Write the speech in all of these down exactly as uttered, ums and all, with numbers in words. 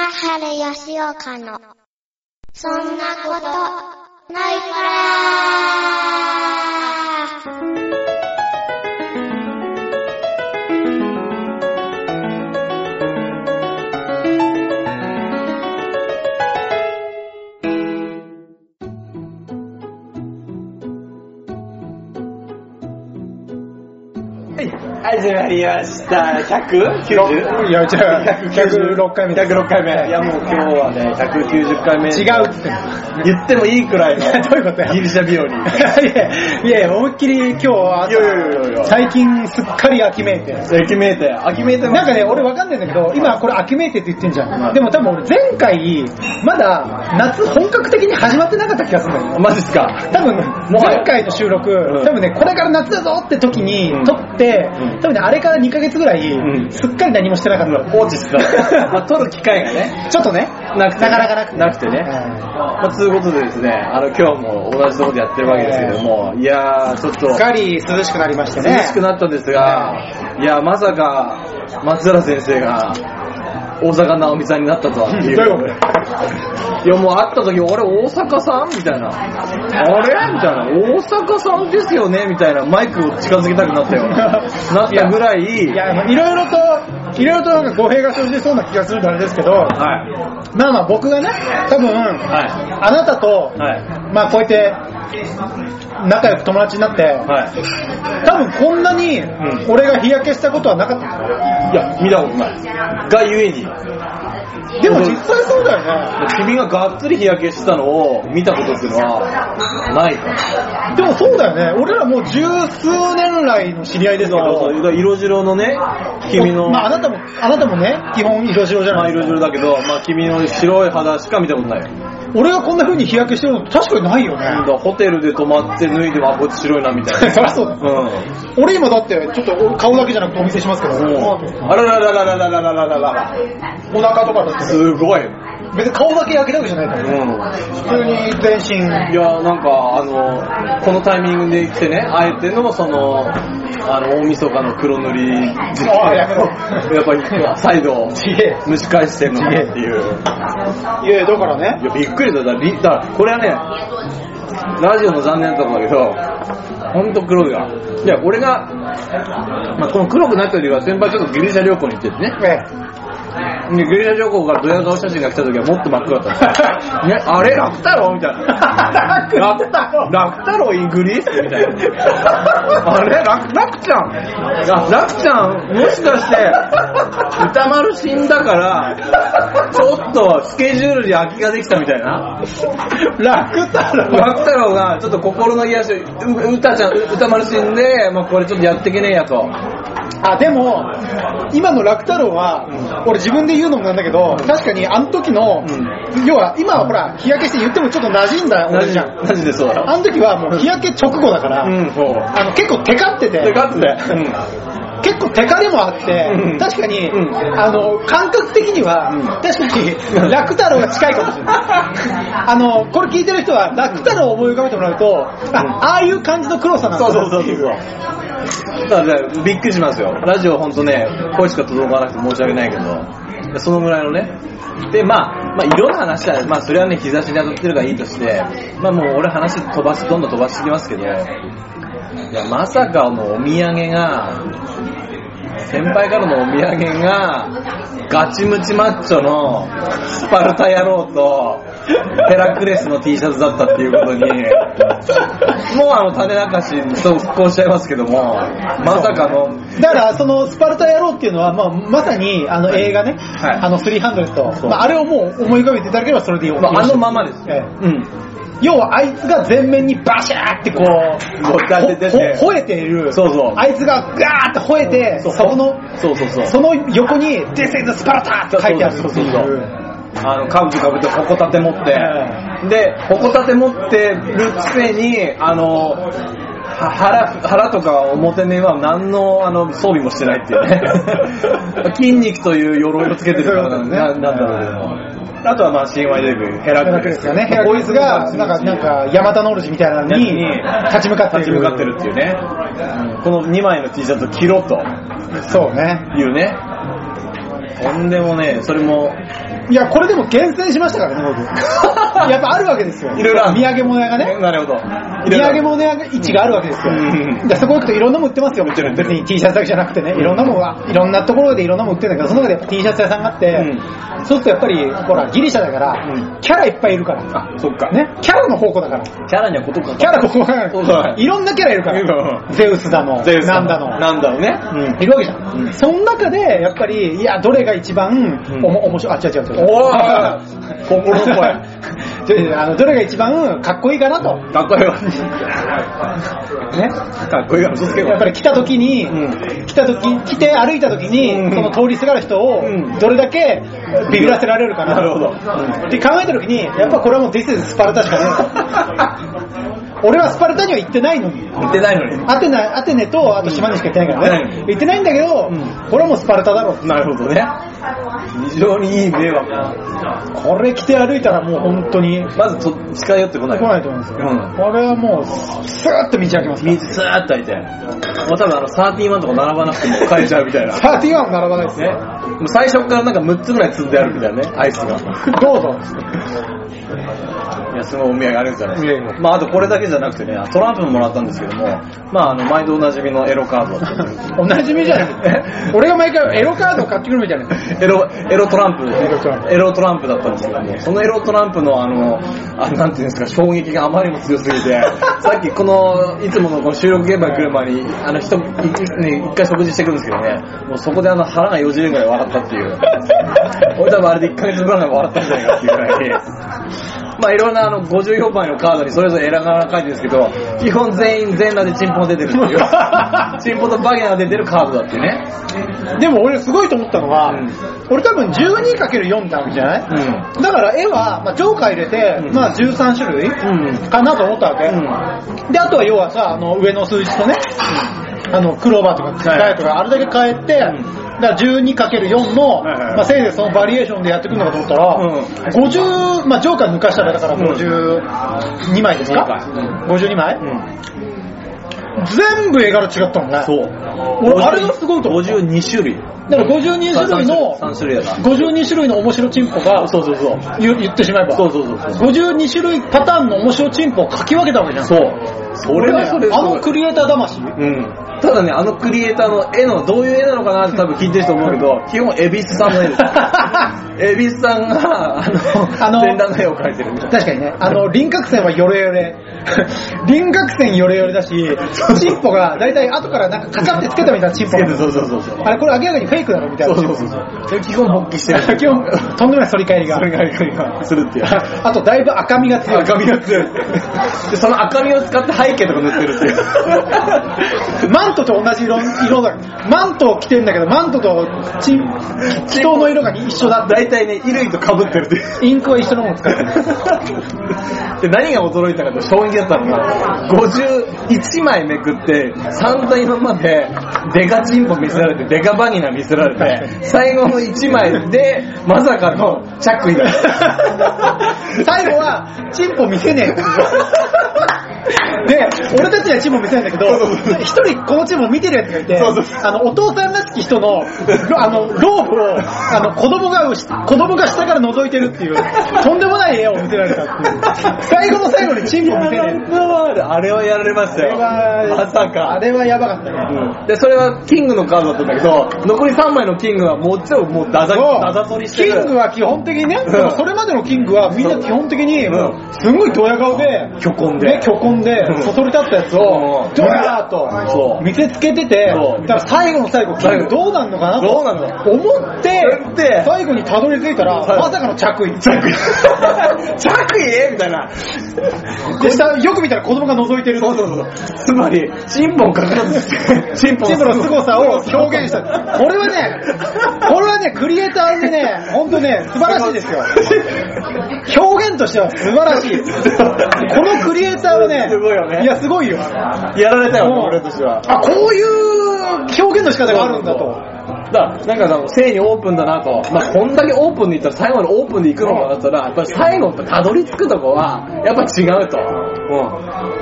春吉岡のそんなことないからはい、始まりました。ひゃくきゅうじゅう? いや、違う。ひゃくろっかいめ。 ひゃくろっかいめ。いや、もう今日はね、ひゃくきゅうじゅっかいめ。 違うって言ってもいいくらいの。 どういうことや。 ギリシャ日和。いやいやいや、思いっきり今日は、 いやいやいやいや最近すっかり秋めいて。 秋めいて。秋めいて。 なんかね、俺わかんないんだけど、今これ秋めいてって言ってんじゃん。まあ、でも多分俺前回、まだ夏本格的に始まってなかった気がするんだよ。 マジっすか。 多分、前回の収録、うん、多分ね、これから夏だぞって時に撮って、うん、多分ね、あれからにかげつぐらい、うん、すっかり何もしてなかった。 放置してた。まあ、撮る機会がね、 ちょっとね、 なくて、ね、 なかなかなくて、 なくてね。まあ、ということでですね、あの、今日も同じところでやってるわけですけども、いやー、ちょっと、 すっかり涼しくなりましてね。 涼しくなったんですが、いや、まさか、松原先生が、大阪直美さんになったとはっていう。 どういうこといや、もう会った時、俺大阪さんみたいな。あれみたいな。大阪さんですよねみたいな。マイクを近づけたくなったよ。なったぐらい。いや、いろいろと、いろいろとなんか語弊が生じそうな気がするんであれですけど、はい、まあまあ僕がね、多分、はい、あなたと、はい、まあこうやって仲良く友達になって、はい、多分こんなに俺が日焼けしたことはなかった。 いや、見たことない。がゆえに。 でも実際そうだよね。 君ががっつり日焼けしたのを見たことっていうのはないから。 でもそうだよね。俺らもう十数年来の知り合いですけど、 色白のね、君の、 まああなたもあなたもね、基本色白じゃない。 まあ色白だけど、まあ君の白い肌しか見たことないよ。 俺がこんな風に日焼けしてるの確かにないよね。 ホテルで泊まって脱いでもあこっち白いなみたいな。 そりゃそうだ。うん。俺今だってちょっと顔だけじゃなくてお見せしますけど。 あららららららららららら。 お腹とかだって。 すごい。 別に顔だけ焼けたわけじゃないから。うん。普通に全身。 いやなんかあのこのタイミングで来てね、あえてのそのあの大晦日の黒塗り。 ああやめろ。 やっぱり再度蒸し返してるのかなっていう。 いやだからね。 いやびっくりだだだこれはねラジオの残念なところだけどほんと黒いがいや俺が、まあ、この黒くなった理由は先輩ちょっとギリシャ旅行に行っててね、ギリシャ旅行からドヤ顔写真が来た時はもっと真っ黒だったね、あれ楽太郎みたいな楽太郎楽太郎イグリスみたいなあれ楽楽ちゃん楽ちゃんもしかして歌丸死んだからちょっとスケジュールに空きができたみたいな楽太郎楽太郎がちょっと心の癒しう歌ちゃん歌丸死んで、まあ、これちょっとやってけねえやとあでも今の楽太郎は、うん、俺自分で言うのもなんだけど確かにあの時の、うん、要は今はほら日焼けして言ってもちょっと馴染んだ俺じゃんマジでそうだあの時はもう日焼け直後だから、うん、そうあの結構テカっててテカってて、うん結構テカリもあって、うん、確かに、うん、あの感覚的には、うん、確かに楽太郎が近いかもしれないあのこれ聞いてる人は楽太郎を思い浮かべてもらうと、あ、うん、ああいう感じの黒さなんだそうそうそうそうだからびっくりしますよラジオほんとね声しか届かなくて申し訳ないけどそのぐらいのねでまあ、まあ、色の話はまあそれはね日差しに当たってるからいいとしてまあもう俺話飛ばしどんどん飛ばしてきますけどいやまさかのお土産が先輩からのお土産がガチムチマッチョのスパルタ野郎とヘラクレスの T シャツだったっていうことにもうあの種明かしとこうしちゃいますけどもまさかのだからそのスパルタ野郎っていうのは、まあ、まさにあの映画ね、はい、あのスリーハンドレッド、まあ、あれをもう思い浮かべていただければそれでいい、 まあ、あのままです、 ええうん要はあいつが前面にバシャーってこう吠えているそうそうあいつがガーって吠えてそこのそうそうそうその横に This is スパルタって書いてあるっていうあのカブキかぶって矛立て持ってで矛立て持ってるくせにあの腹, 腹とか表面は何の、あの装備もしてないっていうね筋肉という鎧をつけてるからなんだろうけどもあとはまあ神話に出てくるヘラクレスがねヘラクレスがなんかなんかヤマタノオルジみたいなのに立ち向かってる立ち向かってるっていうね、うん、このにまいの T シャツを着ろとそうねいうねとんでもね、それも。 いや、これでも厳選しましたからね、僕。やっぱあるわけですよ。 いろいろある。 土産物屋がね。 なるほど。 土産物屋が位置があるわけですよ。でそこ行くといろんなもん売ってますよ。もちろん。別に T シャツだけじゃなくてね、いろんなもんは、いろんなところでいろんなもん売ってるんだけど、その中でやっぱ T シャツ屋さんがあって、うん、そうするとやっぱり、ほら、ギリシャだから、うん、キャラいっぱいいるから。 あ、そっか。 ね。キャラの宝庫だから。 キャラにはことか。 キャラここが、いろんなキャラいるから。ゼウスだの、なんだの。 なんだろうね。 うん。いるわけじゃん。うん、その中で、やっぱり、いや、どれが一番、おも、面白い、あ、違う違う違う。 おー心の声。 あのどれが一番かっこいいかなと。 かっこいいわ。 ね。 かっこいいわ。嘘つけば。 やっぱり来た時に、うん、来た時、来て歩いた時に、うん、その通りすがる人を、どれだけビビらせられるかな。 なるほど。 って考えた時に、やっぱこれはもう This is スパルタしかねえ。俺はスパルタには行ってないのに。 行ってないのに。 アテナ、アテネと、あと島にしか行ってないからね。うん、行ってないんだけど、うん、これはもうスパルタだろう。 なるほどね。非常にいい迷惑。 これ着て歩いたらもう本当に。 まずと近寄ってこない。 来ないと思うんですよ。うん、これはもう、スーッと道開けます。 道スーッと開いて。もう多分あの、サーティワンとか並ばなくても買えちゃうみたいな。 サーティワンも並ばないですね。もう最初からなんかむっつぐらい積んであるみたいなね、アイスが。 どうぞ。 いや、そのお土産あるんじゃないですか。まあ、あとこれだけじゃなくてね、トランプももらったんですけども、まあ、あの、毎度おなじみのエロカードだったんです。 おなじみじゃない俺が毎回エロカードを買ってくるみたいな。 エロ、エロトランプ。エロトランプ。エロトランプだったんですけども、そのエロトランプのあの、あなんていうんですか、衝撃があまりにも強すぎて、さっきこの、いつものこの収録現場に来る前に、あの人、ね、一回食事してくるんですけどね、もうそこであの腹がよじれるぐらい笑ったっていう。俺多分あれでいっかげつぶらい笑ったんじゃないかっていうぐらい。まあいろんなあのごじゅうよんまいのカードにそれぞれ選がら書いてるんですけど、基本全員全裸でチンポが出てるっていう。チンポとバゲナが出てるカードだっていうね。 でも俺すごいと思ったのは、うん、俺多分 じゅうにかけるよん ってわけじゃない、うん、だから絵は、まあ、ジョーカー入れて、うん、まあじゅうさん種類、うん、かなと思ったわけ、うん、であとは要はさ、あの上の数字とね、うん、あのクローバーとか使えとかあれだけ変えて、うん、だから じゅうにかけるよん の、はいはいはい、まあ、せいぜいそのバリエーションでやってくるのかと思ったら、うん、ごじゅう、まあジョーカー抜かしたらだからごじゅうにまいですか、うん、ごじゅうにまい、うん、全部絵柄違ったもんね。 そう。 俺あれがすごいと思う。ごじゅうに種類。 だからごじゅうに種類のさん種類だな。 ごじゅうに種類の面白チンポが、 そうそうそう。 言, 言ってしまえば。 そうそうそうそう。 ごじゅうに種類パターンの面白チンポを書き分けたわけじゃん。 そう。それはそれあのクリエイター魂。 うん。ただね、あのクリエイターの絵のどういう絵なのかなって多分聞いてる人思うけど、基本エビスさんの絵です。エビスさんが、あの、あの全裸の絵を描いてるみたいな。 確かにね、あの、輪郭線はヨレヨレ。輪郭線ヨレヨレだし、チンポが大体後からなんかかかってつけたみたいなチンポが。 そうそうそうそう。 あれこれ明らかにフェイクだろみたいな。 そうそうそうそう。基本勃起してる。 基本、とんでもない反り返りが。 反り返りがするっていう。 あとだいぶ赤みが強い。 赤みが強い。で、その赤みを使って背景とか塗ってるっていう。 マントと同じ色、色だ。マントを着てるんだけど、マントとチン、気筒の色が一緒だ。 大体ね、衣類と被ってるっていう。 インクは一緒のものを使ってる。 で、何が驚いたかと衝撃だったのが、ごじゅういちまいめくって、散々今まで、デカチンポ見せられて、デカバニナ見せられて、最後のいちまいで、まさかの着衣だ。 最後は、チンポ見せねえって。で、俺たちにはチンポ見せないんだけど、一人このチンポ見てるやつがいて、そうそうあの、お父さんらしき人の、あの、ローブを、あの、子供が、子供が下から覗いてるっていう、とんでもない絵を見せられたっていう。最後の最後にチンポ見せねえ。 あれはやられましたよ。まさか。 あれはやばかったね。 うん、で、それはキングのカードだったんだけど、残りさんまいのキングはもうちょいもうダザ、ダザ取りしてる。 キングは基本的にね、でもそれまでのキングはみんな基本的に、すんごいドヤ顔で、 虚婚で、 ね、虚婚で、そそり立ったやつを、ドヤーと見せつけてて、だから最後の最後、キングどうなんのかなと思って、最後にたどり着いたら、まさかの着衣。 着衣着衣みたいな。 で、下、よく見たら子供が覗いてる。 そうそうそう。つまり、チンポをかからずして、 チンポの凄さを表現した。これはね、これはね、クリエイターでね、ほんとね、素晴らしいですよ。表現としては素晴らしい。このクリエイターはね、 すごいよね。 いや、すごいよ。 やられたよね、俺としては。 あ、こういう表現の仕方があるんだと。 だなんかさ、性にオープンだなと。まあ、こんだけオープンでいったら最後までオープンでいくのかなったら、やっぱり最後たどり着くとこは、やっぱ違うと。うん。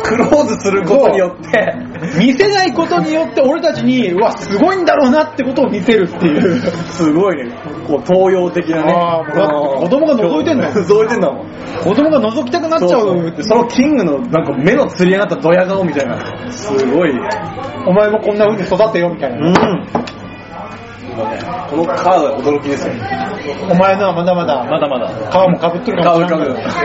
クローズすることによって見せないことによって俺たちにうわすごいんだろうなってことを見せるっていうすごいね、こう東洋的なね。 ああ、子供が覗いてんだもん。 覗いてんだもん。 子供が覗きたくなっちゃう。 そうそう、そのキングのなんか目のつり上がったドヤ顔みたいな、すごい。 お前もこんな風に育てよみたいな。 うん。このカードは驚きですよ。 お前のはまだまだまだまだ皮もかぶってるかもしれない。 だ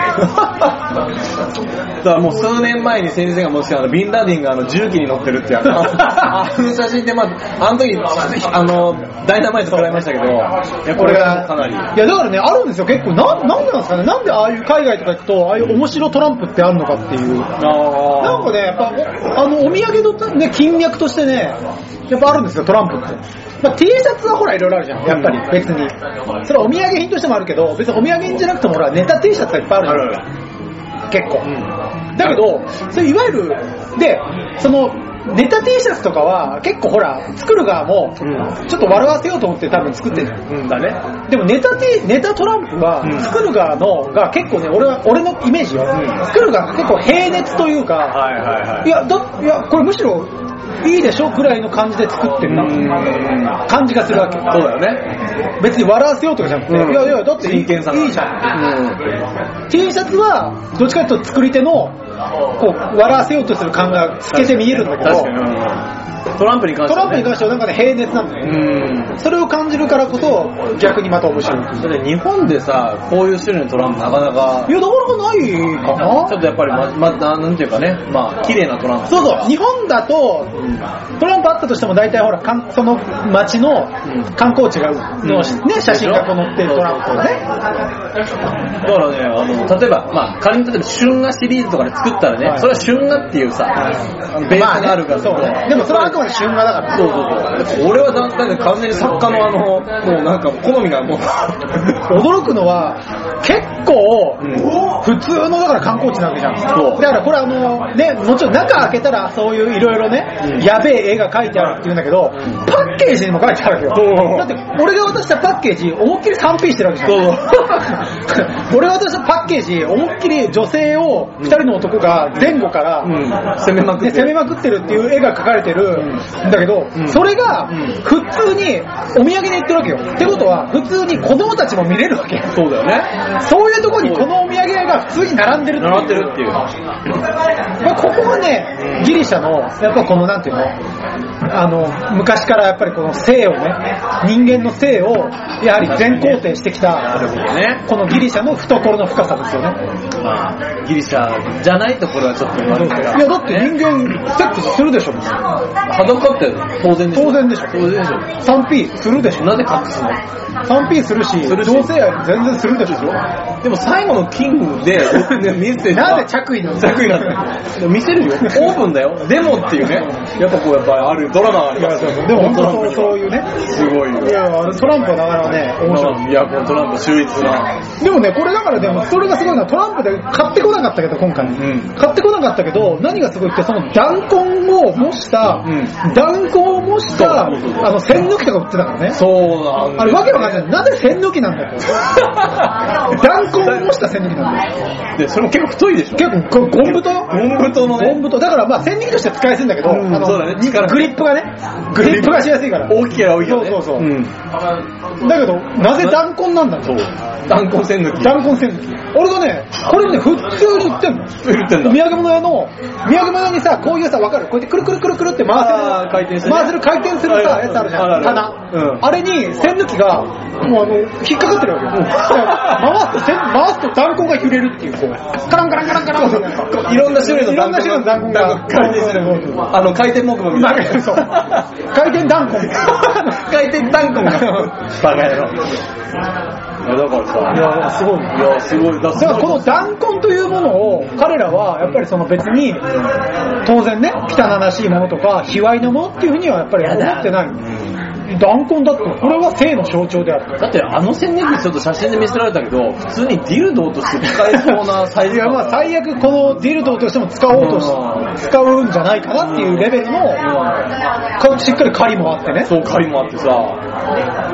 からもう数年前に先生が持ってきたあのビンラディンがあの重機に乗ってるってやつあの写真ってまああの時あのダイナマイト食らいましたけど、いやこれがかなり、いやだからねあるんですよ結構。ななんなんですかね、なんでああいう海外とか行くとああいう面白トランプってあるのかっていう。あなんかねやっぱあのお土産のね金脈としてねやっぱあるんですよトランプって。まあ、T シャツはほらいろいろあるじゃん、やっぱり別に。それはお土産品としてもあるけど、別にお土産品じゃなくてもほらネタ T シャツがいっぱいあるじゃん。結構。うん、だけど、それいわゆる、で、その、ネタ T シャツとかは結構ほら、作る側も、ちょっと笑わせようと思って多分作ってるじゃん。うん、だね。でもネタ T、ネタトランプは、作る側のが結構ね、俺は、俺のイメージよ。うん、作る側が結構平熱というか、はいはいはい。いや、だ、いや、これむしろ、いいでしょくらいの感じで作ってるな感じがするわけ。 そうだよね。 別に笑わせようとかじゃなくて、うん、いやいやだっていい、いいじゃん、うん。T シャツはどっちかというと作り手のこう笑わせようとする感が透けて見えるんだけど、 トランプに関しては、ね、 トランプに関してはなんかね平熱なんだよね。うん。それを感じるからこそ逆にまた面白い。 だって日本でさこういう種類のトランプなかなかいやなかなかないかな。 ちょっとやっぱりままなんていうかね、まあ綺麗なトランプ。 そうそう。日本だと、うん、トランプあったとしても大体ほらかんその街の観光地がの、うん、ね写真がこう載ってるトランプね。 だからねあの例えばまあ仮に例えば春画シリーズとかで作ったらね、はい、それは春画っていうさ、はい、ベースがあるから、まあね、そうね。 でもそれはあくまで春画だから。 そうそうそう。俺はだんだん完全に作家のあのもうなんか好みがもう驚くのは結構、うん、普通のだから観光地なわけじゃん。そうだからこれあのねもちろん中開けたらそういういろいろね、うん、やべえ絵が描いてあるって言うんだけど、うん、パッケージにも書いてあるわけよ。だって俺が渡したパッケージ思いっきり スリーピー してるわけじゃん。俺が渡したパッケージ思いっきり女性をふたりの男が前後から、うん、 攻めまくって攻めまくってるっていう絵が描かれてるんだけど、うん、それが普通にお土産に売ってるわけよ。ってことは普通に子供たちも見れるわけよ。 そうだよね。 そういうところにこのお土産が普通に並んでるっていう。 並ってるっていう。 まあ、ここがね、ギリシャのやっぱこのなんていうの、あの昔からやっぱりこの性をね、人間の性をやはり全肯定してきた、ね、このギリシャの懐の深さですよね。 まあギリシャじゃないところはちょっと悪いから。 いやだって人間セックスするでしょ。 裸って当然でしょ。 当然でしょ。 当然でしょ。 スリーピー するでしょ。 なぜ隠すの？ スリーピー するし、同性愛全然するでしょ。 でも最後のキングで見せてなんで着衣なの？ 着衣なの？見せるよ。オープンだよ。でもっていうね。やっぱこうやっぱあるドラマがありますよ。 でも本当そうそういうね。 すごいよ。 いやあのトランプはなかなかね面白い。 いやこのトランプ秀逸な。 でもねこれだからでもそれがすごいのはトランプで買ってこなかったけど今回、うん、買ってこなかったけど何がすごいってその弾痕を模した、うん、弾痕を模したあの線抜きとか売ってたからね。 そうなんだ。 あれわけわかんない。なぜ線抜きなんだよ。弾痕を模した線抜きなんだよ。 でそれも結構太いでしょ。 結構ゴム太よ。 ゴム太のね。 ゴム太だからまあ線抜きとして使いやすいんだけど、うん、あのそうだね、 力グリップがねグリップがしやすいから。 大きいや大きいや、ね。 そうそうそう。うん、だけどなぜ弾痕なんだろう。 弾痕線抜き。 弾痕線抜き。俺がねこれね普通に売ってんの。 売ってんだ。 土産物屋の土産物屋にさこういうさわかるこうやってくるくるくるくるって回せる回転する、 回せる回転するさやつあるじゃん棚、うん、あれに線抜きがもうあの引っかかってるわけよ。回すと線回すと弾痕が揺れるっていうこうカランカランカランカランいろんな種類の弾痕が回転する。あの回転木馬みたいな。 そう回転弾痕回転弾痕がバカ野郎。だからさ、 いやすごい、いやすごい。 だからこの弾痕というものを彼らはやっぱりその別に当然ね汚らしいものとか卑猥なものっていうふうにはやっぱり思ってない。弾痕だってこれは性の象徴である。 だってあの線抜きちょっと写真で見せられたけど普通にディルドーとして使えそうなサイズ。 いやまあ最悪このディルドーとしても使おうとし使うんじゃないかなっていうレベルのしっかり狩りもあってね。 そう狩りもあってさ。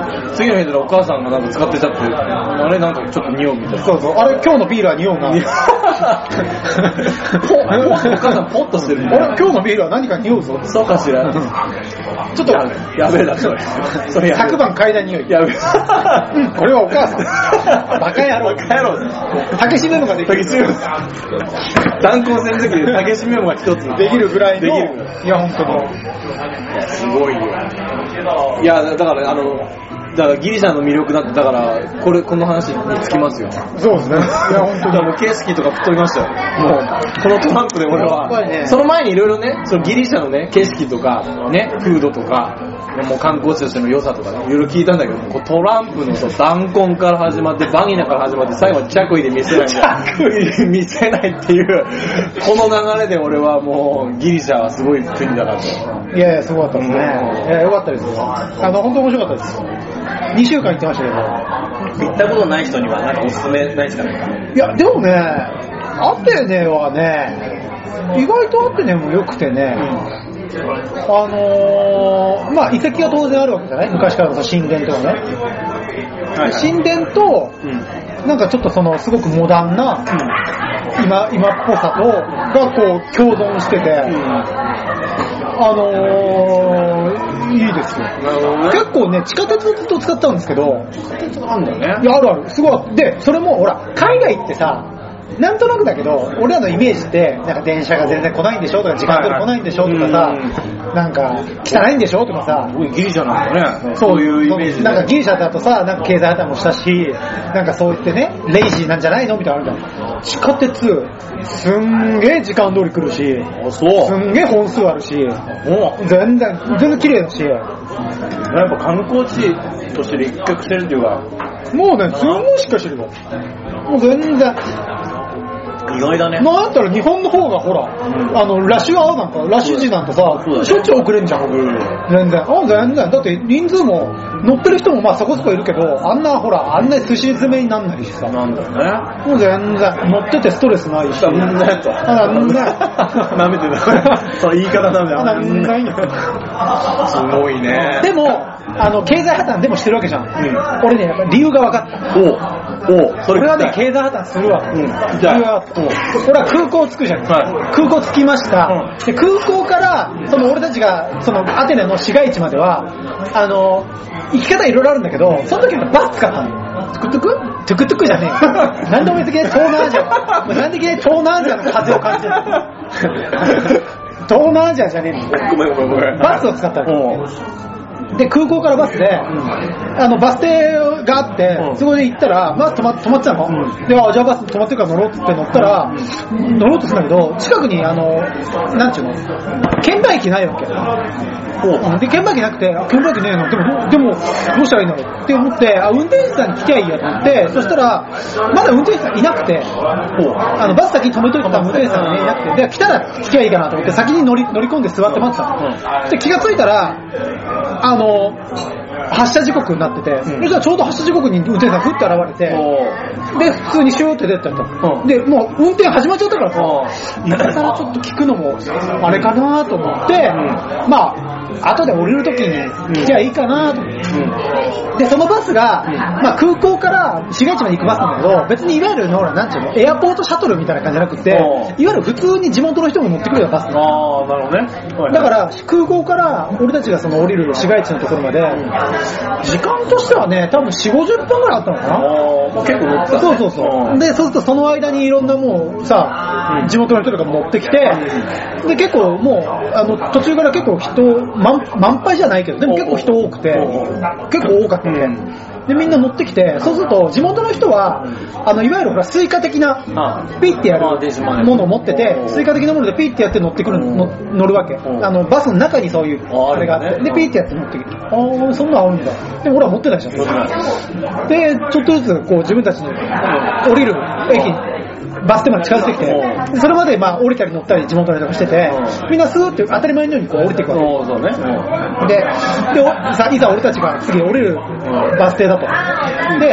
次の日でお母さんがなんか使ってたって、あれなんかちょっと匂うみたいな。 そうそう、あれ今日のビールは匂うな。 お母さんポッとしてる。 俺今日のビールは何か匂うぞ。 そうかしら。ちょっとやべえなそれ。それ昨晩嗅いだ匂い。 やべえ。 うん、これはお母さん。バカ野郎。 バカ野郎。 竹締めもができる。 断交戦の時で竹締めもが一つできるぐらいの。 できる。 いや本当に。 すごいよ。いやだからあの。だからギリシャの魅力だってだからこれこの話につきますよ。 そうですね。いや本当にもう景色とか吹っ飛びましたよ。もうこのトランプで俺は、ね、その前にいろいろね、そのギリシャのね景色とかね風土とかもう観光地としての良さとかねいろいろ聞いたんだけど、こうトランプのそう弾痕から始まってバニラから始まって最後は着衣で見せない着衣で見せないっていうこの流れで俺はもうギリシャはすごい国だなと。 いやいやすごかったですね。いや良かったですよ。あの本当面白かったです。にしゅうかん行ってましたけど、 行ったことない人にはなんかおすすめないですかね。 いやでもね、アテネはね意外とアテネも良くてね、うん、あのー、まあ遺跡が当然あるわけじゃない、昔からの神殿とかね、はいはい、神殿と、うん、なんかちょっとそのすごくモダンな、うん、今, 今っぽさとがこう共存してて、うん、あのーいいですよ。結構ね、地下鉄をずっと使ったんですけど、 地下鉄あるんだね。 いや、あるある。すごい。で、それも、ほら、海外ってさ、なんとなくだけど、俺らのイメージって、なんか電車が全然来ないんでしょとか、時間通り来ないんでしょとかさ、なんか、汚いんでしょとかさ、 ギリシャなんだね。 そういうイメージ。なんかギリシャだとさ、なんか経済破綻もしたし、なんかそう言ってね、レイジーなんじゃないのみたいなのあるじゃん。地下鉄、すんげえ時間通り来るし、 そうすんげえ本数あるし、全然、全然綺麗だし、 やっぱ観光地として立脚してるっていうか、 もうね、すんごいしっかりしてるの。もう全然。 意外だね。 なんだったら日本の方がほら、うん、あの、ラッシュアワーなんか、ラッシュ時なんてさ、ね、しょっちゅう遅れんじゃん。うん、全然。あ、全然。だって人数も、乗ってる人もまあそこそこいるけど、あんなほら、あんな寿司詰めになんないしさ。 なんだよね。 もう全然。乗っててストレスないし。 なんだよと。 あ、なんだよ。 舐めてた。そう、言い方なんだよ。 なんだよ。 すごいね。 でも、あの、経済破綻でもしてるわけじゃん。うん、俺ね、やっぱ理由が分かった。 おう。おう。 それはね、経済破綻するわ。うん。理由が分かった。俺は空港着くじゃん。はい、空港着きました。うん、で、空港から、その俺たちが、そのアテネの市街地までは、あの、行き方いろいろあるんだけど、その時はバス使ったの。トゥクトゥクトゥクトゥクじゃねえよ。なんでおめでけ東南アジア。なんでいきなり東南アジアの風を感じるの。東南アジアじゃねえの。 ごめんごめんごめん。 バスを使ったの。で、空港からバスで、うん、あの、バス停があって、うん、そこで行ったら、バス止ま、止まってたの、うん、で、あ、じゃあバス止まってるから乗ろうって乗ったら、うん、乗ろうとするんだけど、近くに、あの、なんちゅうの、券売機ないわけ。で、券売機なくて、あ、券売機ねえの、でも、でも、どうしたらいいんだろうって思って、あ、運転手さんに聞きゃいいやと思って、そしたら、まだ運転手さんいなくて、あの、バス先に止めといた運転手さんがね、いなくて、で、来たら聞きゃいいかなと思って、先に乗り、乗り込んで座って待ってたの。で、気がついたら、あの、発車時刻になってて、うん、そしたらちょうど発車時刻に運転手さんふって現れて、で、普通にシューって出てったと、うん。で、もう運転始まっちゃったからさ、今からちょっと聞くのも、あれかなと思って、うん、まあ、後で降りるときに聞きゃいいかなと思って、うん。で、そのバスが、うん、まあ空港から市街地まで行くバスなんだけど、別にいわゆるの、なんていうの、エアポートシャトルみたいな感じじゃなくて、いわゆる普通に地元の人も乗ってくるようなバス。 ああ、なるほどね。はい、 だから、空港から俺たちがその降りる市街地のところまで、時間としてはね、多分よんじゅう、ごじゅっぷんぐらいあったのかな。 あ結構乗ってた、ね。 そうそうそう。で、そうするとその間にいろんなもうさ、うん、地元の人とかも乗ってきて、うん、で、結構もう、あの、途中から結構人、満, 満杯じゃないけど、でも結構人多くて、結構多かったね。うんで、みんな乗ってきて、そうすると、地元の人は、あの、いわゆるほら、スイカ的な、ピッてやるものを持ってて、スイカ的なものでピッてやって乗ってくる、の乗るわけ。あの、バスの中にそういう、あれがあって、で、ピッてやって乗ってきて、あー、そんなのあるんだ。でも俺は持ってないじゃん。で、ちょっとずつ、こう、自分たちに降りる駅、バス停まで近づいてきて、それまでまあ降りたり乗ったり地元の人がしてて、みんなスーって当たり前のようにこう降りていくわけ。 そうね。 で、でさいざ俺たちが次降りるバス停だと。で、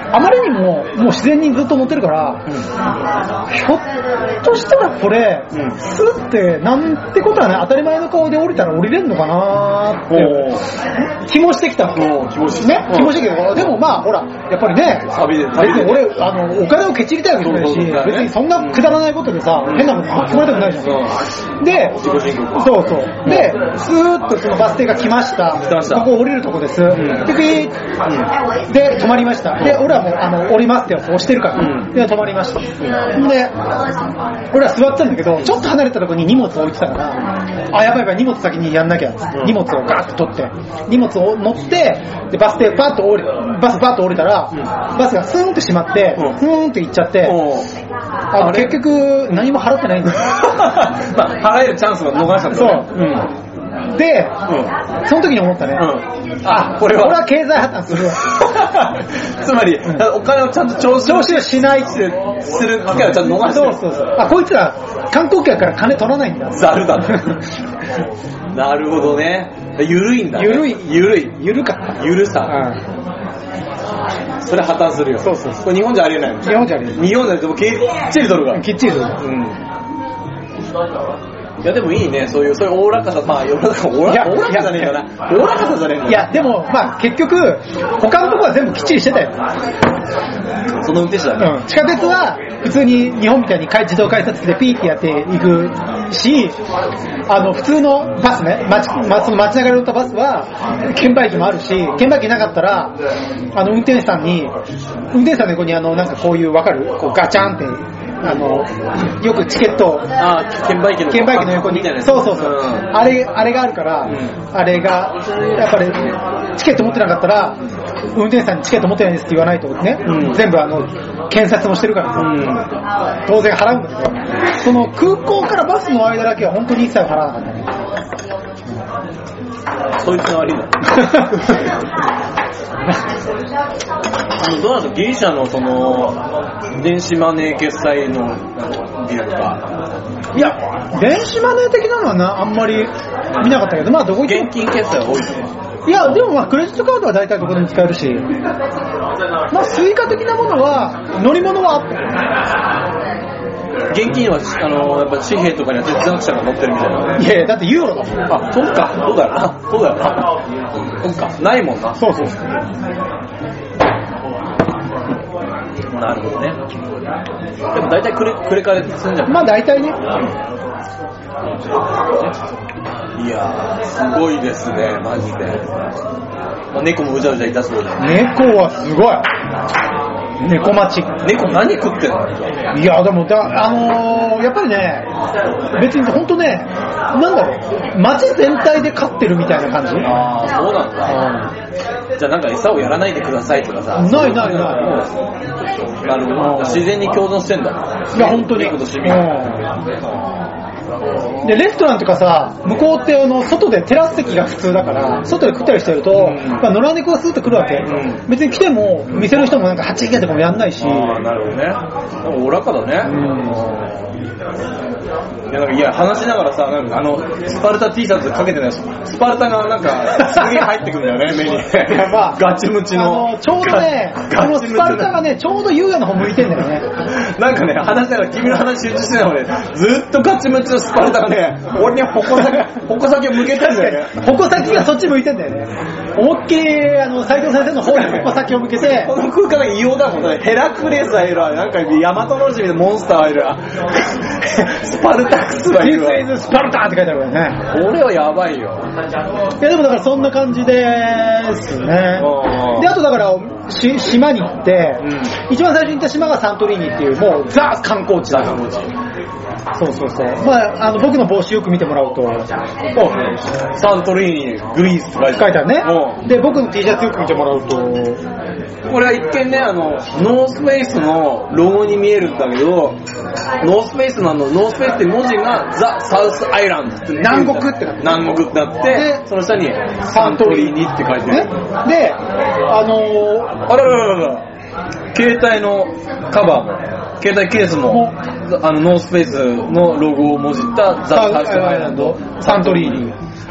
あまりにももう自然にずっと乗ってるから、うん、ひょっとしたらこれ、うん、スーってなんてことはね、当たり前の顔で降りたら降りれんのかなって気もしてきた。気もしてね、気もしてきた。でもまあほらやっぱりね、別に俺あのお金をケチりたいわけじゃないし、別にそんなくだらないことでさ、変なこと巻き込まれたくないじゃん。で、そうそうでスーッとそのバス停が来ました。ここ降りるとこです。で、ピーで止まりました。で、俺はもうあの降りますって押してるから、で止まりました。で、俺は座ったんだけど、ちょっと離れたところに荷物を置いてたから、あ、やばいやばい、荷物先にやんなきゃ。荷物をガーッと取って、荷物を乗って、でバス停パッと降り、バスパッと降りたら、バスがスーンってしまって、ふーんって行っちゃって、あの結局何も払ってないんだよ。 まあ払えるチャンスを逃したんだよね。 そう。うんで、うん、その時に思ったね、うん、あ、これは、これは経済破綻するわ。 つまり、うん、お金をちゃんと徴収しないする機会をちゃんと逃してる。 そうそうそう。あ、こいつら観光客から金取らないんだ。 ざるだね。なるほどね。ゆるいんだね。 ゆるい。 ゆるい。 ゆるかった。 ゆるさ。うん、それ破綻するよ。 そうそうそう。 これ日本じゃありえないの。 日本じゃありえない。 日本じゃでもきっちり取るから。 きっちり取る。うん。 いやでもいいね、そういう、そういうおおらかさ、まあ、世の中おおらかさじゃねえかな。おおらかさじゃねえんだよ。 いや、でも、まあ、結局、他のとこは全部きっちりしてたよ。 その運転手だね。 うん。地下鉄は、普通に日本みたいに自動改札機でピーってやっていくし、あの、普通のバスね、街、ま、その街中で乗ったバスは、券売機もあるし、券売機なかったら、あの、運転手さんに、運転手さんの横に、あの、なんかこういう、わかる？こうガチャンって、あのよくチケット、 あー、券売機の券売機の横に、そうそうそう、うん、あれあれがあるから、うん、あれがやっぱりチケット持ってなかったら運転手さんにチケット持ってないですって言わないとね、うん、全部あの検察もしてるからさ、うん、当然払うんだけど、その空港からバスの間だけは本当に一切払わなかったね。 そいつの悪いだ。あのどうなんですか、ギリシャのその電子マネー決済のビルとか。 いや、電子マネー的なのはな、あんまり見なかったけど、まあどこ行っても現金決済は多いですね。 いや、でもまあクレジットカードは大体どこでも使えるし、まあスイカ的なものは乗り物はあったよ。 現金はあのやっぱ紙幣とかには哲学者が持ってるみたいな。 いやいや、だってユーロだもん。 あ、そうか、そうだよな、そうだよな。そうか、ないもんな。 そうそう。 なるほどね。でも大体クレクレカでするんじゃん。 まあ大体ね。 いやー、すごいですね、マジで。まあ、猫もうじゃうじゃいたそうで。 猫はすごい。猫待ち。 猫何食ってんの？ いやでもだ、あのー、やっぱりね、別に本当ね、なんだろう、街全体で飼ってるみたいな感じ。 ああ、そうなんだ。うん、じゃあなんか餌をやらないでくださいとかさ。 ないないない。 なるほど。自然に共存してんだ。 いや本当に。でレストランとかさ、向こうってあの外でテラス席が普通だから外で食ったりしてると、うん、まあ、野良猫がスーッと来るわけ、うん、別に来ても店の人もなんかはちいけとかもやんないし。 ああ、なるほどね。でもおおらかだね。うんいや、なんかいや話しながらさ、なんかあのスパルタ T シャツかけてないスパルタがなんかすげえ入ってくるんだよね、目に。いや、まあ、ガチムチの。 あのちょうどね、このスパルタがね、ちょうど優雅の方向いてんだよね。 なんかね、話しながら君の話集中してたので、ずっとガチムチのスパルタがね、俺に矛先、矛先を向けてるんだよね。 矛先がそっち向いてんだよね。思いっきりあの斉藤先生の方に矛先を向けて。 この空間が異様だもんね。ヘラクレスはいるわ、なんかヤマトのジミのモンスターはいるわ。スパルタクスはいるわ。 This is Sparta って書いてあるわね。 俺はやばいよ。 いやでもだからそんな感じですね。であとだからし島に行って、うん、一番最初に行った島がサントリーニっていうもうザ観光地だ。観光地。そうそうそう。まああの僕の帽子よく見てもらうと、 サントリーニグリースって書いてあるね。で僕の T シャツよく見てもらうと、 これは一見ね、あのノースフェイスのロゴに見えるんだけど、ノースフェイスのあのノースフェイスって文字がザ・サウスアイランドって南国ってなって南国ってなって、その下にサントリーニって書いてある、 ね、であのー、 あらららら携帯のカバーも携帯ケースもあのノースフェイスのロゴをもじったザ・サウスアイランドサントリーニ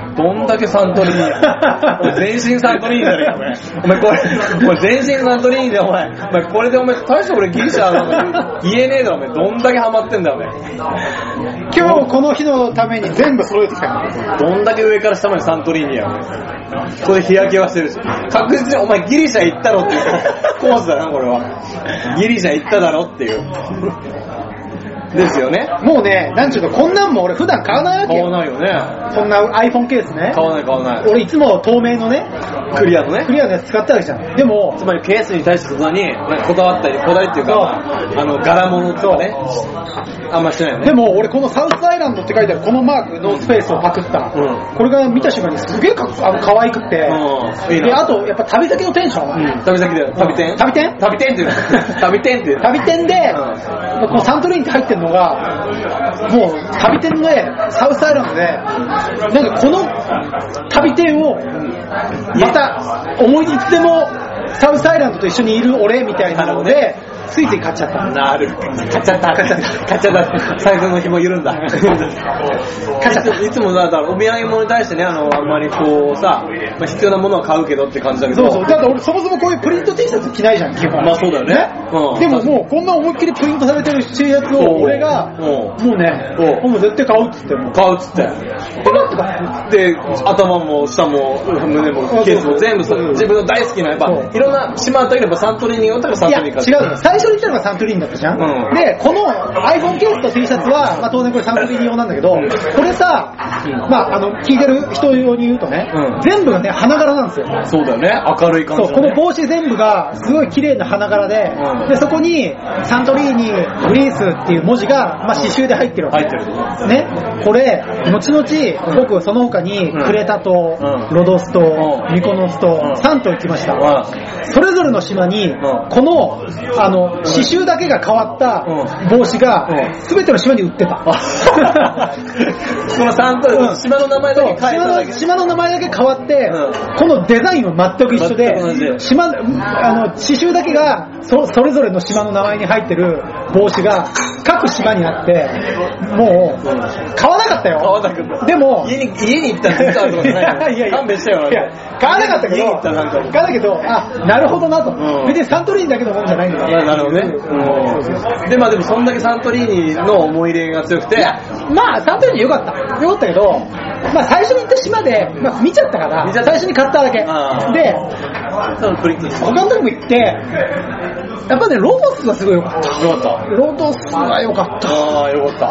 どんだけサントリーニや。全身サントリーニだよ、お前。お前これ、お前全身サントリーニで、お前。お前これでお前、大して俺ギリシャなんか言えねえだろ、お前。どんだけハマってんだよ、お前。 今日この日のために全部揃えてきた。 どんだけ上から下までサントリーニや、お前。これ日焼けはしてるし。確実にお前ギリシャ行ったろっていうコースだな、これは。ギリシャ行っただろっていう。ですよね。 もうね、なんちゅうの、こんなんも俺普段買わないわけよ。 買わないよね。 そんな iPhone ケースね。 買わない買わない。 俺いつも透明のね、 クリアのね。 クリアのやつ使ってあるじゃん。でも、 つまりケースに対してそんなにこだわったり、こだわりっていうか、あの、柄物とかね、あんましてないよね。 でも俺このサウスアイランドって書いてあるこのマークのスペースをパクった。うん、これが見た瞬間にすげえかあの可愛くて、うん、いいで、あとやっぱ旅先のテンション。 うん、旅先で、旅店旅店旅店っていうの旅店っていう旅店で、うん、このサントリーニって入ってるのが、もう旅店でサウスアイランドでなんかこの旅店をまた思い出いつでもサウスアイランドと一緒にいる俺みたいなのでついつい買っちゃった。 なる。買っちゃった。買っちゃった。買っちゃった。財布の紐緩んだ。買っちゃった。いつもだからお土産物に対してね、あの、あんまりこうさ、まあ、必要なものは買うけどって感じだけど。 そうそう。だって俺そもそもこういうプリント T シャツ着ないじゃん、基本。 まあそうだよね。うん、 でももうこんな思いっきりプリントされてる T シャツを俺が、もうね、もう絶対買うっつって。 買うっつって。で、頭も下も胸もケースも全部さ、自分の大好きな、やっぱいろんな島といればサントリーニ用とかサントリーニ買う。 いや、違うの。最初に言ったのがサントリーニだったじゃん、うん、で、この iPhone ケースと T シャツは、まあ、当然これサントリーニ用なんだけど、これさ、うん、まあ、あの、聞いてる人用に言うとね、うん、全部がね、花柄なんですよ。 そうだよね、明るい感じ、ね。 そう、この帽子全部がすごい綺麗な花柄で、うん、で、そこにサントリーニフリースっていう文字が、まあ、刺繍で入ってるわけ。 入ってる。 ね、これ、後々、僕その他にクレタと、ロドスと、ミコノスとさんと行きました。それぞれの島に、この、あの、刺繍だけが変わった帽子が、すべての島に売ってた。このさんと、島の名前だけ変えただけ。 島の名前だけ変わって、このデザインは全く一緒で、島、あの、刺繍だけが、そ、それぞれの島の名前に入ってる帽子が、各島にあって、もう、買わなかったよ。 買わなかった。 でも、 家に、家に行ったら実はあるとかじゃないの。いやいや、勘弁したよ。 いや、買わなかったけど、 家に行ったらなんか。 買わなけど、あ、なるほどなと。うん、別にサントリーニだけのもんじゃないんだよ。 なるほどね。うん、で、まあでもそんだけサントリーニの思い入れが強くて。いや、 まあサントリーニ良かった。良かったけど、まあ最初に行った島で、まあ見ちゃったから、最初に買っただけ。で、他のとこ行って、やっぱね、ロドスがすごい良かった。 良かった。 ロドスは良かった。 ああ、良かった。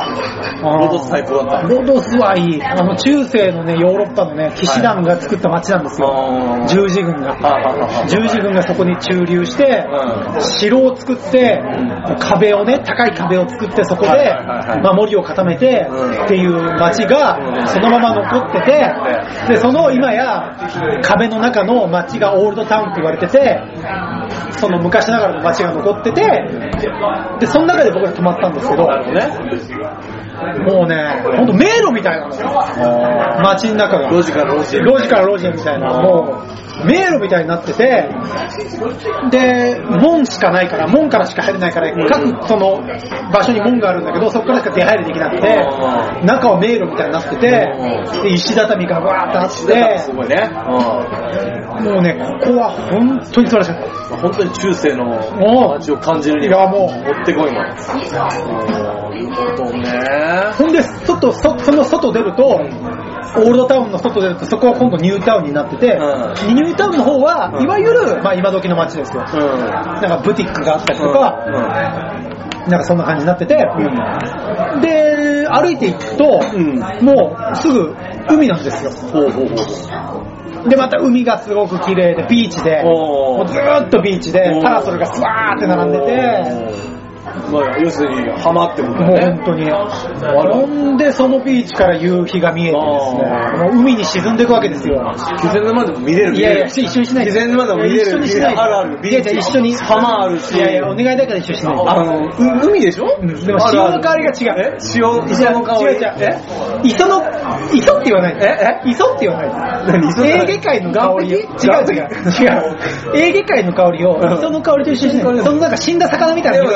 ロドス最高だった。 ロドスはいい。あの、中世のね、ヨーロッパのね、騎士団が作った街なんですよ。はい、十字軍が。十字軍がそこに駐留して、うん、城を作って、うん、壁をね、高い壁を作って、そこで、守りを固めて、うん、っていう街が、そのまま残ってて、で、その今や、壁の中の街がオールドタウンって言われてて、その昔ながらの街が残ってて、で、その中で僕が泊まったんですけど、 なるほどね、 もうね、ほんと迷路みたいなのよ。街の中が。 路地から路地。 路地から路地みたいな。もう、迷路みたいになってて、で、門しかないから、門からしか入れないから、各その場所に門があるんだけど、そこからしか出入りできなくて、中は迷路みたいになってて、で石畳がわーってあって、 すごいね。 もうね、ここは本当に素晴らしかった。 本当に中世の街を感じるには、もう、持ってこいもん。なるほどね。 ほんで、外、その外出ると、オールドタウンの外出ると、そこは今度ニュータウンになってて、うん、ニュータウンの方は、いわゆる、まあ今時の街ですよ。うん、なんかブティックがあったりとか、うんうん、なんかそんな感じになってて、うん、で、歩いていくと、うん、もうすぐ海なんですよ。ほうほうほう。で、また海がすごく綺麗で、ビーチで、もうずーっとビーチで、パラソルがスワーって並んでて、 まあ、要するにハマってるんだよね。 もう本当に。ほんでそのビーチから夕日が見えてですね、もう海に沈んでいくわけですよ。 気仙沼でも見れる。 いやいや、一緒にしないで。 気仙沼でも見れる。 一緒にしないで。 あるある。 いやいや、一緒に。 浜あるし。 いやいや、お願いだから一緒にしないで。 あの、海でしょ？ うん。でも潮の香りが違う。 え？潮、磯の香り。 違う違う。え？磯の、磯って言わない。え？え？磯って言わない。何？エーゲ海の香り。違う違う。違う。エーゲ海の香りを磯の香りと一緒にしない。そのなんか死んだ魚みたいな匂いが。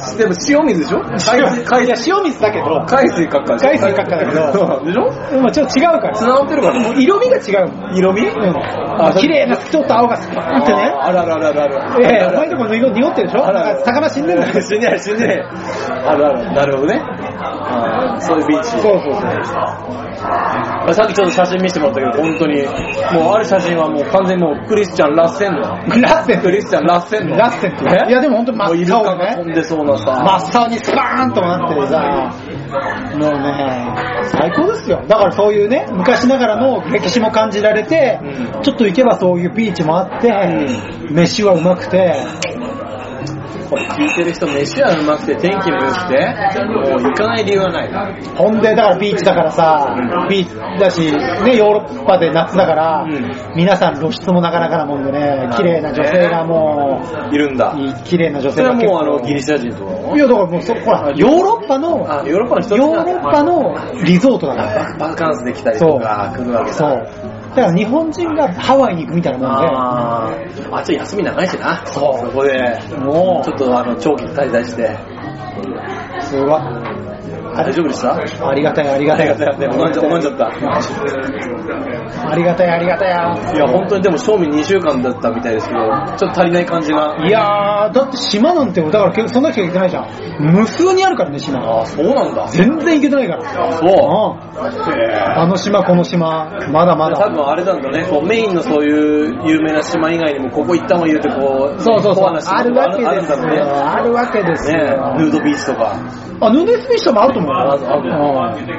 でも塩水でしょ？海水、海いや、塩水だけど、 海水かっかでしょ？ 海水かっかだけど、 でしょ？ まあちょっと違うから。 繋がってるから。 もう色味が違うの。 色味？ うん。あ、綺麗な透き通った青がスパーンってね。 あららららら。 ええ、お前んとこ濁ってるでしょ？ あら、 魚死んでんだよ。 死んでない、死んでない。あるある。なるほどね。ああ、そういうビーチ。 そうそうそう。 さっきちょっと写真見せてもらったけど、本当に、もうある写真はもう完全にもうクリスチャン・ラッセンの。 ラッセンクリスチャン・ラッセンの。 ラッセンってね。いやでも本当に真っ青がね。 飛んでそうなさ。 真っ青にスパーンとなってさ、もうね、最高ですよ。だからそういうね、昔ながらの歴史も感じられて、うん、ちょっと行けばそういうビーチもあって、うん、飯はうまくて、 これ聞いてる人、飯はうまくて天気も良くて、もう行かない理由はない。 ほんで、だからビーチだからさ、うん、ビーチだし、ね、ヨーロッパで夏だから、うん、皆さん露出もなかなかなもんでね、綺麗な女性がもう、 いるんだ。 綺麗な女性が結構。それはもうあの、ギリシャ人とかいや、だからもうそ、ほら、ヨーロッパの、 あ、ヨーロッパの人ヨーロッパのリゾートだから。 バカンスで来たりとか来るわけだ。 そう。だから日本人がハワイに行くみたいなもんで。 あー、あっち休み長いしな。そう。そこで、もう、ちょっとあの、長期滞在して。 すごい。 大丈夫でした？ ありがたい、ありがたい。 飲んじゃった。 ありがたい、ありがたい。 いや、本当にでも、賞味にしゅうかんだったみたいですけど、ちょっと足りない感じが。 いやー、だって島なんて、だからそんな人行ってないじゃん。無数にあるからね、島。 ああ、そうなんだ。 全然行けてないから。 そう。 あの島、この島、まだまだ。 多分あれなんだね、こうメインのそういう有名な島以外にも、ここ行ったもん言うて、こう、 そうそうそう。 あるわけですよ。あるわけですよ。 ヌードビーチとか。 あ、ヌードビーチとかあると思うよ。あるある。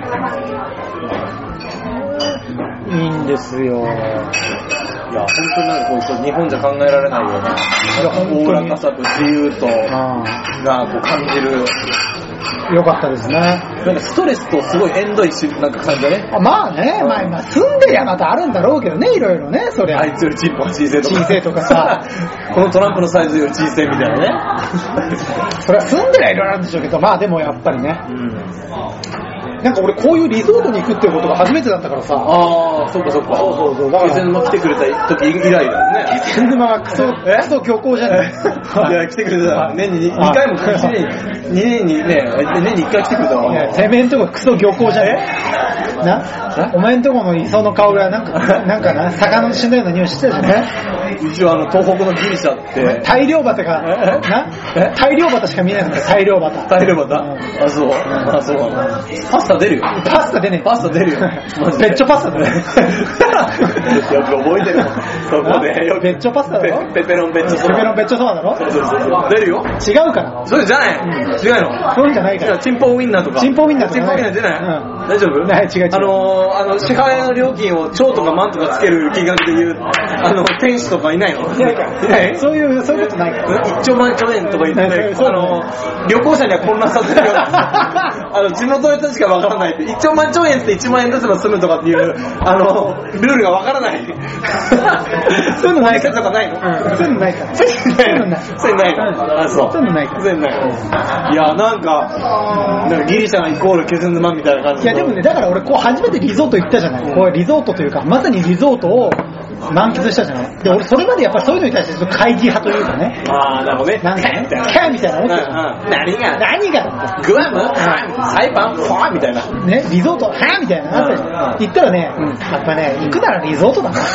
いいんですよ。いや、 本当になんかこう日本じゃ考えられないような、おおらかさと自由とがこう感じる。 よかったですね。 なんかストレスとすごい縁遠いし、なんか感じだね。 あまあね、まあ今住んでりゃまたあるんだろうけどね、いろいろね、そりゃ。 あいつよりチンポが小さいとか。 小さいとかさ。 このトランプのサイズより小さいみたいなね。 それは住んでりゃいろいろあるんでしょうけど、まあでもやっぱりね。うんなんか俺こういうリゾートに行くっていうことが初めてだったからさ。 ああ、そっかそっか。そうそうそう。だから気仙沼来てくれた時以来だよね。 気仙沼はクソ、クソ漁港じゃない。 いや、来てくれた。年ににかいも、いちねんにねんにね、年にいっかい来てくれたわ。 いや、てめえんとこクソ漁港じゃねえなお前んとこの磯の香りはなんか、なんかな、魚の死んだような匂いしてたじゃね一応あの、東北のギリシャって。 大量バタが、な大量バタしか見えないんだよ、大量バタ。 大量バタあ、そう。あ、そうなんだ。パスタ出るよ。 パスタ出ねえ。 パスタ出るよ。 ベッチョパスタだね。 よく覚えてる。そこで。 ベッチョパスタだろペペロンベッチョソバ。ペペロンベッチョソバだろそうそうそう。出るよ。 違うから。 それじゃない。違うの。 そうじゃないから。 チンポンウィンナーとか。 チンポンウィンナーとか。 チンポンウィンナー出ない大丈夫はい、違う違う。 あの、あの、支払いの料金を超とか万とかつける金額で言う、あの、天使とかいないのいないから。いないそういう、そういうことないから。 一兆万兆円とか言って、あの、旅行者には混乱させるような、あの、地元の人しかわからないって、一兆万兆円っていちまん円ずつの住むとかっていう、あの、ルールがわからない。 そういうのないかとかないのそういうのないから。 そういうのない。そういうのないのあ、そう。 そういうのないから。 そういうのない。いや、なんか、なんかギリシャがイコール気仙沼みたいな感じ。 いや、でもね、だから俺こう初めてリゾート行ったじゃない。こうリゾートというか、まさにリゾートを満喫したじゃない。で、俺それまでやっぱそういうのに対してちょっと会議派というかね。 ああ、なるほどね。 なんかね、キャーみたいな思ってた。 何が何がグアムサイパンファーみたいな。 ね、リゾートはーみたいな。行ったらね、やっぱね、行くならリゾートだな。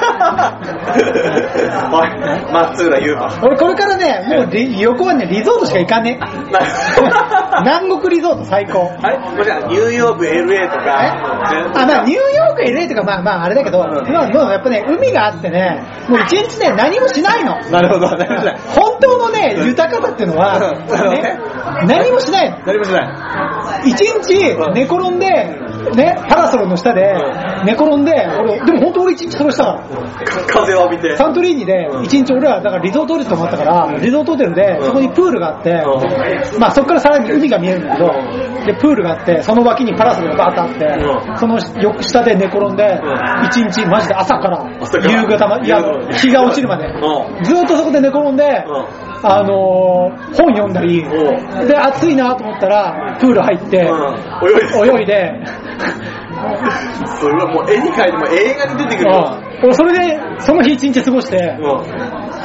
おい、松浦優馬。 俺これからね、もう旅行はね、リゾートしか行かねえ。南国リゾート最高。 あれもしかニューヨーク エルエー とか。 あ、まあニューヨーク エルエー とかまあまああれだけど、まあもうやっぱね、海があってね、もう一日ね、何もしないの。 なるほど、なるほど。 本当のね、豊かさっていうのは、ね、何もしないの。 何もしない。 一日寝転んで、ね、パラソルの下で寝転んで、俺、でも本当俺一日それしたから。 風を浴びて。 サントリーニで一日俺は、だからリゾートホテル泊まったから、リゾートホテルでそこにプールがあって、まあそこからさらに海が見えるんだけど、で、プールがあって、その脇にパラソルがバーッとあって、その横下で寝転んで、一日マジで朝から夕方まで、いや、日が落ちるまで、ずーっとそこで寝転んで、あのー、本読んだり、で、暑いなと思ったら、プール入って、泳いで、 それはもう絵に描いても映画に出てくる。 俺それで、その日一日過ごして、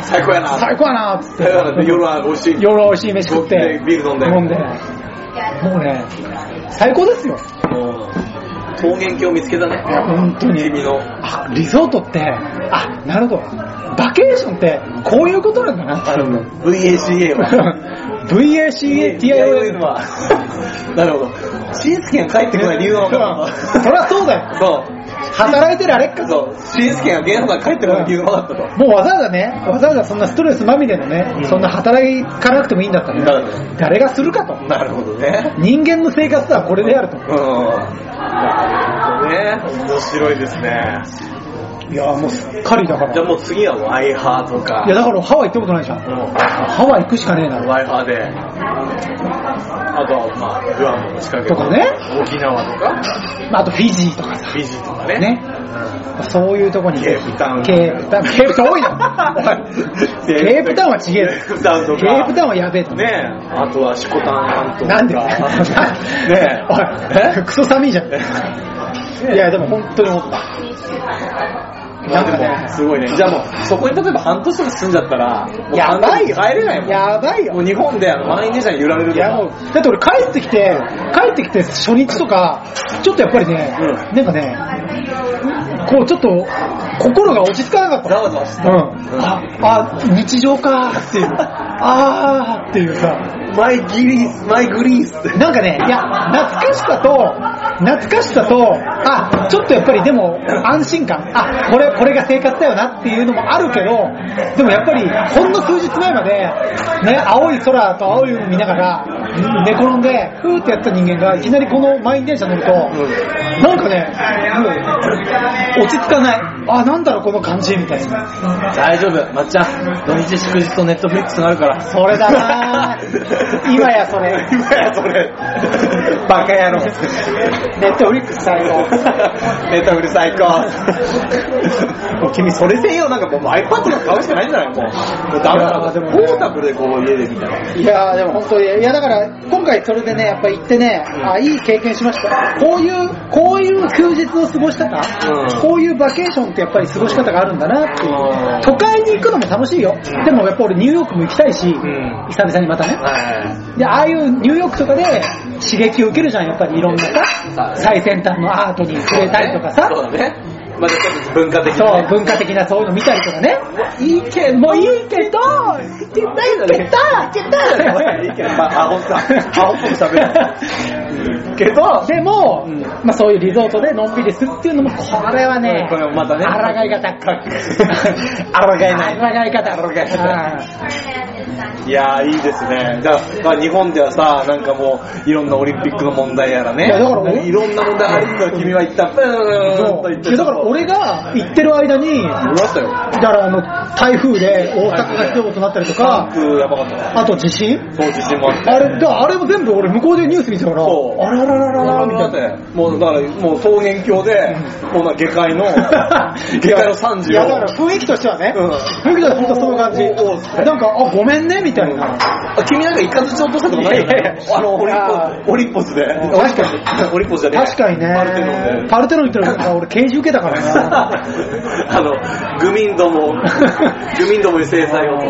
最高やな。 最高やなっつって。 夜は美味しい。 夜は美味しい飯食って。 ビール飲んで。 飲んで。もうね、最高ですよ。 桃源郷見つけたね。 いや、本当に。 君の。 あ、リゾートって、あ、なるほど。バケーションって、こういうことなんだな。 あの、ブイエーシーエー は。 ブイエーシーエーティーアイオーエヌは。なるほど。しんすけが帰ってこない理由が分かった。 そりゃそうだよ。 そう。 働いてるあれか。 そう。しんすけが芸能界帰ってこない理由が分かったと。 もうわざわざね、わざわざそんなストレスまみれのね、うん、そんな働かなくてもいいんだったらね、誰がするかと。 なるほどね。 人間の生活はこれであると。うん。 なるほどね。面白いですね。 いやもうすっかりだから。 じゃあもう次はワイハーとか。 いやだからハワイ行ったことないじゃん。うん、ハワイ行くしかねえな。 ワイハーで。あとはまあグアムの近くとかね。 沖縄とか。 まああとフィジーとかさ。 フィジーとかね。 ね。うん、そういうとこに。 ケープタウン。 ケープタウン。ケープタウン多いな。ケープタウンはちげえ。 ケープタウンとか。 ケープタウンはやべえと。 ねえ。あとはシコタン半島とか。 なんで？ねえ。おい。クソ寒いじゃん。いやでも本当に思った。 なんかね、すごいね。じゃあもう、そこに例えば半年とか住んじゃったら、もうやばいよ。 帰れないもん。 やばいよ。 もう日本であの満員電車に揺られるとか。 いやもう、だって俺帰ってきて、帰ってきて初日とか、ちょっとやっぱりね、うん、なんかね、こうちょっと、心が落ち着かなかった。 ざわざわしてた。 うん。あ、あ、日常かーっていう。あーっていうさ。 マイギリース、マイグリース。 なんかね、いや、懐かしさと、懐かしさと、あ、ちょっとやっぱりでも安心感、あ、これ、これが生活だよなっていうのもあるけど、でもやっぱりほんの数日前まで、ね、青い空と青い海見ながら、寝転んで、ふーってやった人間がいきなりこの満員電車乗ると、なんかね、もう、落ち着かない。あ、なんだろうこの感じみたいな。 大丈夫、まっちゃん。土日祝日とネットフリックスがあるから。 それだな今やそれ。 今やそれ。バカ野郎。 ネットフリックス最高。 ネットフリ最高。もう君それ専用なんかもう iPad が買うしかないんじゃないもう。もうダメだ。でもポータブルでこう家でみたいな。 いやでも本当に、いやだから今回それでね、やっぱ行ってね、うん、あ、いい経験しました。こういう、こういう休日の過ごし方、うん、こういうバケーションってやっぱり過ごし方があるんだなっていう。うん、都会に行くのも楽しいよ。うん、でもやっぱ俺ニューヨークも行きたいし、うん、久々にまたね。はい、で、ああいうニューヨークとかで刺激を受けるじゃん、やっぱりいろんなさ、最先端のアートに触れたりとかさ。 そうだね。まあ、ちょっと文化的な、ね、そう、文化的なそういうの見たりとかね。 いいけど、 もういいけど、いけたいけど、いけたいいけど、まあ、アホさ、アホっぽく喋る。けど、 でも、うん、まあそういうリゾートでのんびりするっていうのも、これはね、 これもまたね、 あらがい方。 あらがいない。 あらがい方。 あらがい方。いやー、いいですね。だから、まあ、日本ではさ、なんかもう、いろんなオリンピックの問題やらね。いや、だからいろんな問題あるんだよ、君は言った。プーンと言って。 だから俺が行ってる間に、 だからあの、台風で大阪がひどいことになったりとか、 やばかったあと地震そう、地震もあって。 あれ、だあれも全部俺向こうでニュース見てたから、 そう。 あらららららみたいな。 もう、だから、もう草原橋で、もうな、下界の、下界のさんじを。いや、 だから雰囲気としてはね、うん、雰囲気としては本当その感じ。なんか、あ、ごめんね、みたいな。 君なんか一括落としたことないよね。あの、オリッポ、オリッポスで。 確かに。 オリッポスじゃねえ。 確かにね。パルテノンで。パルテノン行ったら、俺刑事受けたからな。 あの、グミンども、グミンどもに制裁をと。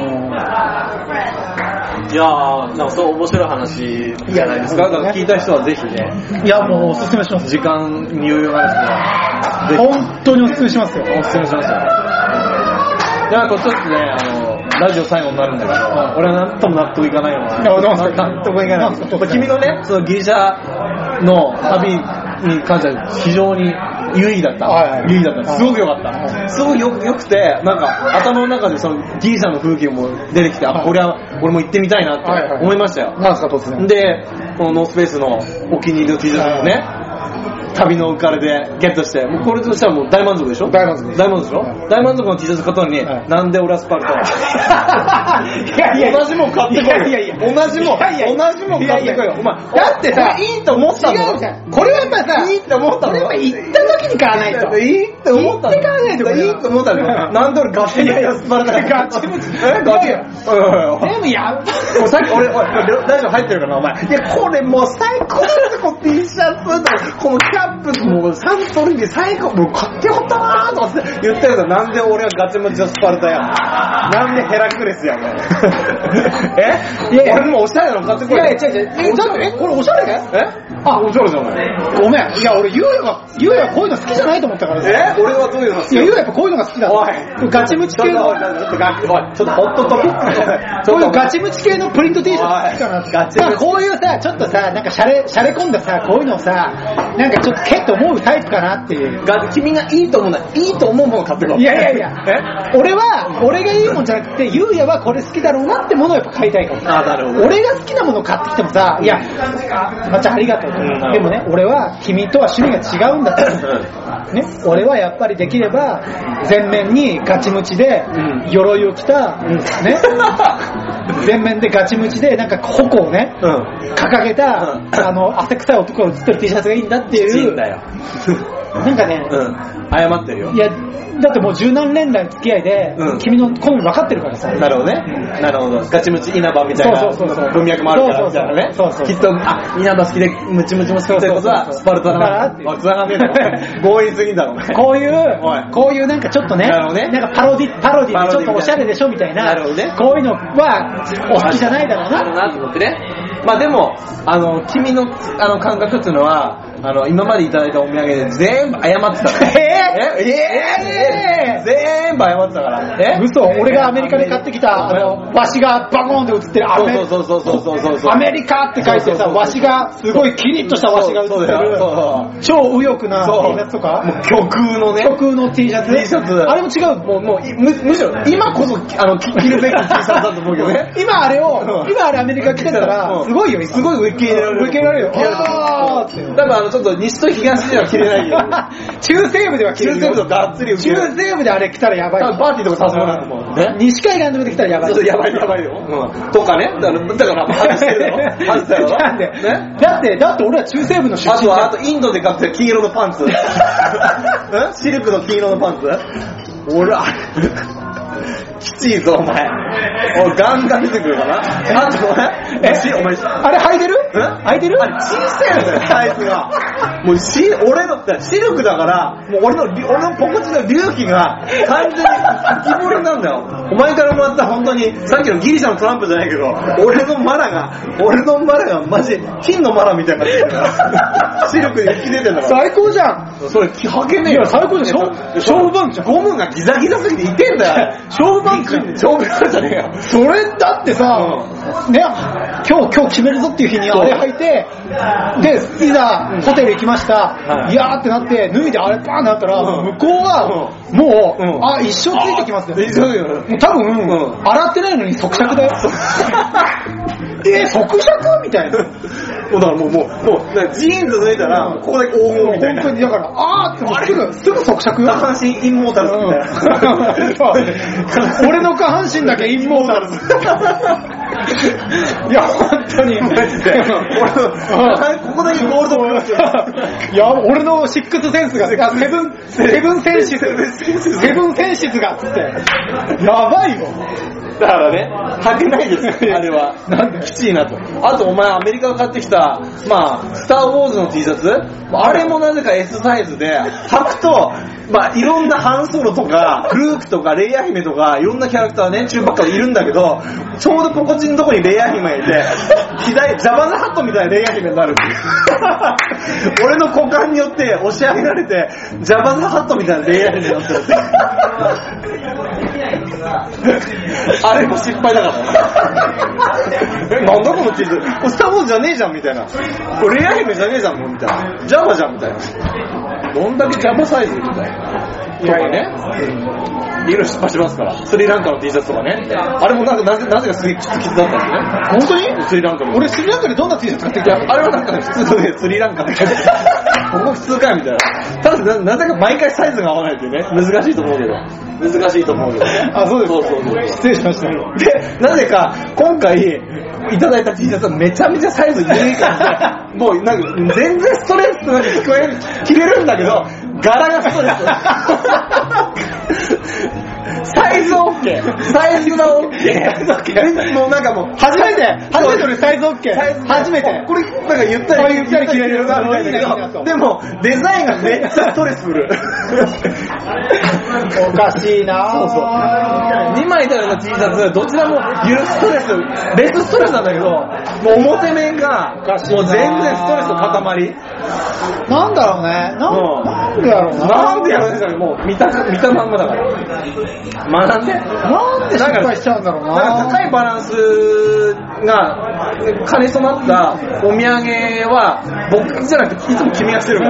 いやー、なんかそう面白い話じゃないですか。だから聞いた人はぜひね。 いや、もうおすすめします。 時間に余裕がある人は。 本当におすすめしますよ。 おすすめしますよ。じゃあ、これちょっとね、あの、ラジオ最後になるんだけど、うん、俺はなんとも納得いかないよな。納得いかない。君のね、そのギリシャの旅に関しては非常に有意義だった。はいはい、有意義だった。すごく良かった。はい、すごくよくくて、なんか頭の中でそのギリシャの風景も出てきて、はい、あ、これは俺も行ってみたいなって思いましたよ。 なんですか、突然。 で、このノースペースのお気に入りの T シャツをね、はい旅の浮かれでゲットして、もうこれとしてはもう大満足でしょ大満足です。 大満足でしょ、はい、大満足の T シャツ買ったのに、はい、なんで俺はスパルタいやいや同じもん買ってこいよ。いやいや同じもん、同じもん買ってこいよ。お前、だってさ、いいと思ったの。違うじゃん。これはやっぱりさ、いいって思ったの。これやっぱ行った時に買わないと。いいって思ったの。行って買わないと。いいって思ったの。なんで俺ガチでスパルタガチで。えガチで。でもやっぱさっき俺、ラジオ入ってるからな、お前。いや、これもう最高だぜ、この T シャツと、このキャアップもうサントリーに最高もう買ってよかったなーとかって言ったけど、なんで俺はガチムチのスパルタやなんでヘラクレスやねんえいやいや俺もおしゃれなの買ってこい。いやいや違う違うえちょっとえこれおしゃれかよ。えあおしゃれじゃない。ごめんいや俺ゆうやがゆうやはこういうの好きじゃないと思ったからさ。え俺はどういうの好き。いやゆうややっぱこういうのが好きだ。おいガチムチ系のおいちょっとホットトピックこういうガチムチ系のプリント T シャツ好きかな。ガチムチこういうさちょっとさなんかシャレシャレ込んださこういうのをさなんかちょっとけっと思うタイプかなっていうが君がいいと思うのはいいと思うものを買ってこい。いやいやいやえ俺は俺がいいもんじゃなくてゆうやはこれ好きだろうなってものをやっぱ買いたいから。あなるほど。俺が好きなものを買ってきてもさいやまっちゃんありがとう、うん、でもね俺は君とは趣味が違うんだって、ね、俺はやっぱりできれば全面にガチムチで鎧を着た、うん、ね全面でガチムチでなんか矛をね、うん、掲げた、うん、あの汗臭い男が写ってる T シャツがいいんだっていう。いいんだよなんかね、うん、謝ってるよ。いやだってもう十何年来付き合いで、うん、君の好み分かってるからさ。なるほどね、うん、なるほど。ガチムチ稲葉みたいなそうそうそうそう文脈もあるからみたいなね。そうそうそうきっとあ稲葉好きでムチムチも好きってことはスパルタだなってつながんねえだろ強引すぎんだろこういうこういうなんかちょっとねなんかパロディパロディでちょっとおしゃれでしょみたいな。なるほどね。こういうのはお好きじゃないだろうななと思ってね。まあでもあの君のあの感覚っていうのはあの今までいただいたお土産で全部謝ってたから。えー、えー、えー、全部謝ってたから。え嘘俺がアメリカで買ってきたあのわしがバコーンって写ってるアメリカそうそうそうそうそうそうアメリカって書いてさわしがすごいキリッとしたわしが写ってる超右翼な T シャツとかもう極右のね極右の T シャツ T シャツあれも違うもうもう む, むしろ今こそあの着るべき T シャツだと思うけどね今あれを今あれアメリカ着てたらすごいよすごい受け入れられる受け入れられるよあーって多分あのちょっと西と東では着れないよ中西部では着れるよ中西部とがっつり受け入れる中西部であれ着たらやばいパーティーとかさすがなと思うね西海岸とかで着たらやばいやばいやばいよ、うん、とかねだからだから外してるだろ外したよだって、ね、だってだって俺は中西部の出身あとはあとインドで買って黄色のパンツシルクの黄色のパンツ俺あれきついぞお前おガンガン出てくるかなあとお前えお前あれ履いてる履いてるあれ小さいんだよサイズがもうし俺のシルクだからもう俺の俺のポコチの隆起が完全に浮き彫りなんだよお前からもらった本当にさっきのギリシャのトランプじゃないけど俺のマラが俺のマラがマジ金のマラみたいになってるからシルクに浮き出てんだから最高じゃんそれ履けねえよ最高じゃん勝負パンツゴムがギザギザすぎていてんだよ勝負パンツ勝負パンツじゃねえよそれだってさ、うん、ね今日今日決めるぞっていう日にあれ履いてでいざホテル行きました、はい、いやーってなって脱いであれパーンなったら、うん、向こうは、うん、もう、うん、あ一生ついてきますよもう多分、うん、洗ってないのに即着だよえ即着みたいなもうだからもうもうもうジーンズ脱いだらここだけ黄金みたいな本当にだからあーってもうすぐすぐ即着よ下半身インモータルズみたいな俺の下半身だけインモータルズいや本当にマジでここだけゴールド思いますよいや俺のシックスセンスがセブンセブンセンシスセブンセンシスがつってやばいよだからね履けないですあれはなんできちいなとあとお前アメリカが買ってきたまあスターウォーズの T シャツあれもなぜか S サイズで履くとまあいろんなハンソロとかルークとかレイヤ姫とかいろんなキャラクターね中ばっかでいるんだけどちょうどポコチンのとこにレイヤ姫がいて左ジャバザハットみたいなレイヤ姫になる俺の股間によって押し上げられてジャバザハットみたいなレイヤ姫になってるあれも失敗だからえなんだこの T シャツこれスターウォーズじゃねえじゃんみたいなこれレイヤ姫じゃねえじゃんもうみたいなジャバじゃんみたいなどんだけジャバサイズみたいないやいやね、いろいろ失敗しますから。スリランカの T シャツとかね。あれもなんかなぜなぜかすげえキツキツだったんですね。本当に？スリランカの。俺スリランカでどんな T シャツ買ってきた？あれはなんか、ね、普通のねスリランカで。ここ普通かよみたいな。ただな、なぜか毎回サイズが合わないっていうね。難しいと思うけど。難しいと思うけど。あ、そうです。そうそうそう。失礼しました。で、なぜか今回いただいた T シャツはめちゃめちゃサイズ緩いからね。もうなんか全然ストレートなんか聞こえる着れるんだけど。柄がストレスサイイズは OK。サイズは OK。もうなんかもう、 初めて、初めて俺サイズ OK。初めて。 これ、なんか言ったら言ったら着れるな、みたいなけど、でも、デザインがめっちゃストレスフル。 おかしいなぁ。 そうそう。にまいたの T シャツ、どちらもユーストレス、レスストレスなんだけど、もう表面が、もう全然ストレスの塊。 なんだろうね。な、 うん、 なんでやろうな。 なんでやろうね。もう見た、見たまんまだから。学んで。 なんで失敗しちゃうんだろうな。 なんか高いバランスが兼ね備わったお土産は、僕じゃなくていつも君がしてるから。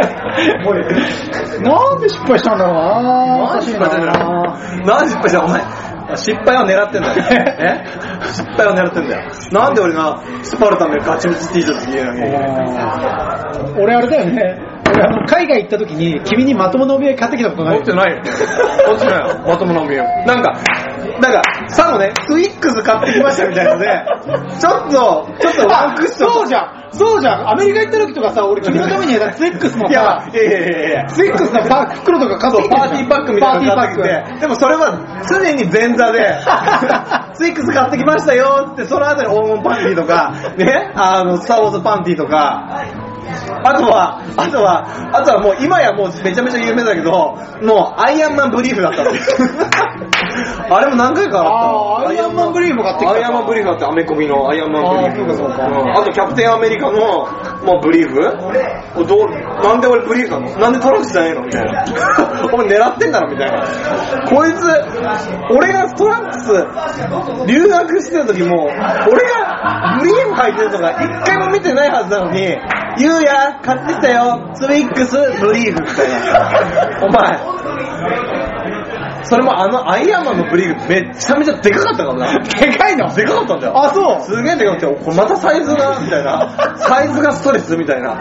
なんで失敗したんだろうな。 なんで失敗したんだろう。なんで失敗したんだろう。お前。失敗を狙ってんだよ。え失敗を狙ってんだよ。なんで俺がスパルタのガチムチ T シャツ着れなきゃいけない。 俺あれだよね。俺あの海外行った時に君にまともなお土産買ってきたことない。 持ってないよ。持ってないよ。まともなお土産。なんか、なんか、さもね、スイックス買ってきましたみたいなので、ちょっと、ちょっとワンクッション。 そうじゃん。そうじゃん。アメリカ行った時とかさ、俺君のためにスイックスのさ、 いやいやいやいやスイックスのパ袋とか買ってきてパーティーパックみたいなの買ってきて、でもそれは常に前座で、スイックス買ってきましたよって、その後に黄金パンティーとか、ね、あの、スターウォーズパンティーとか、あとは、あとは、あとはもう今やもうめちゃめちゃ有名だけど、もうアイアンマンブリーフだったの。あれも何回かあった。 アイアンマンブリーフ買ってきた。 アイアンマンブリーフだってアメコミのアイアンマンブリーフ。 あ, そうかそうか、 うん、あとキャプテンアメリカのもうブリーフどうなんで俺ブリーフなのなんでトランクスじゃないのみたいな。お前狙ってんだろみたいな。こいつ、俺がトランクス留学してた時も、俺がブリーフ履いてるとか一回も見てないはずなのに、ゆうや買ってきたよスイックスブリーフみたいな。お前それもあのアイアンマンのブリーフめっちゃめちゃでかかったからな。 でかいの？ でかかったんだよ。 あ、そう。 すげえでかくて、これまたサイズがみたいな。サイズがストレスみたいな。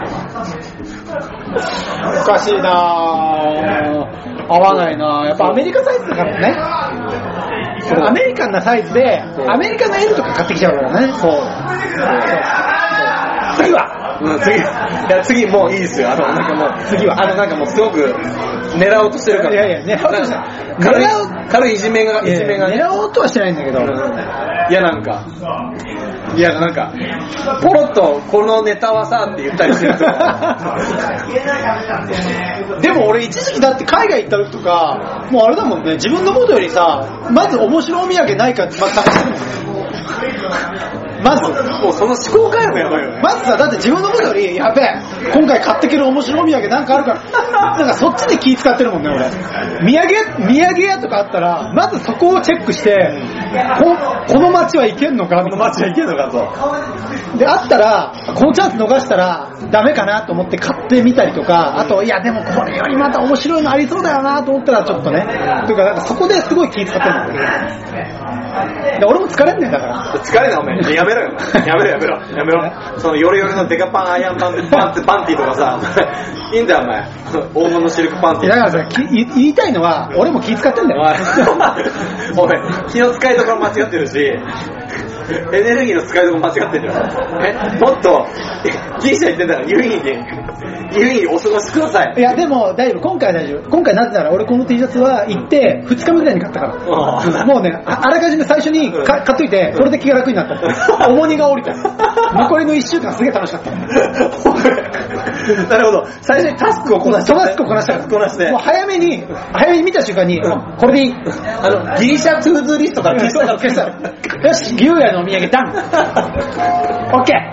おかしいなぁ。合わないなぁ。やっぱアメリカサイズだからね。アメリカンなサイズで、アメリカの L とか買ってきちゃうからね。そう。次はうん、次、いや次もういいですよ。あのなんかもう次はあのなんかもうすごく狙おうとしてるから。 いやいや狙おうとして軽い軽いいじめがいじめが、ね、 狙おうとはしてないんだけど。うん、 いやなんかいやなんかポロッとこのネタはさって言ったりしてると。 でも俺一時期だって海外行った時とかもうあれだもんね、自分のことよりさまず面白いお土産ないかってまず探してるもんね。まずもうその思考回路がやばいよね。 まずさ、だって自分のことよりやべえ今回買ってくる面白いお土産なんかあるからなんかそっちで気使ってるもんね俺。土産土産屋とかあったらまずそこをチェックして、こ, この街は行けんのかこの街は行けんのかと。 であったらこのチャンス逃したらダメかなと思って買ってみたりとか、あといやでもこれよりまた面白いのありそうだよなと思ったらちょっとね、というかなんかそこですごい気使ってるんだよ。で俺も疲れんねんだから。 疲れんなお前。やめろよ。やめろやめろやめろ。そのヨレヨレのデカパンアイアンパンパンパンティーとかさ、いいんだよお前。黄金のシルクパンティー。 だからさ言いたいのは俺も気使ってんだよ。 お前気の使いどころ間違ってるし。エネルギーの使いどころ間違ってるじゃん。えもっとギリシャ行ってんだから有意義に有意義にお過ごしください。 いやでも大丈夫、今回は大丈夫。今回なぜなら俺この T シャツは行ってふつかめぐらいに買ったから。もうね あ, あらかじめ最初にか買っといて、これで気が楽になった。重荷が降りた。残りのいっしゅうかんすげえ楽しかった。 なるほど。最初にタスクをこなして、 タスクをこなしたこなして、 もう早めに早めに見た瞬間に、うん、これでいい。 あのギリシャトゥーズリストから消したから消した。 よし、牛屋のお土産ダン。オッケー。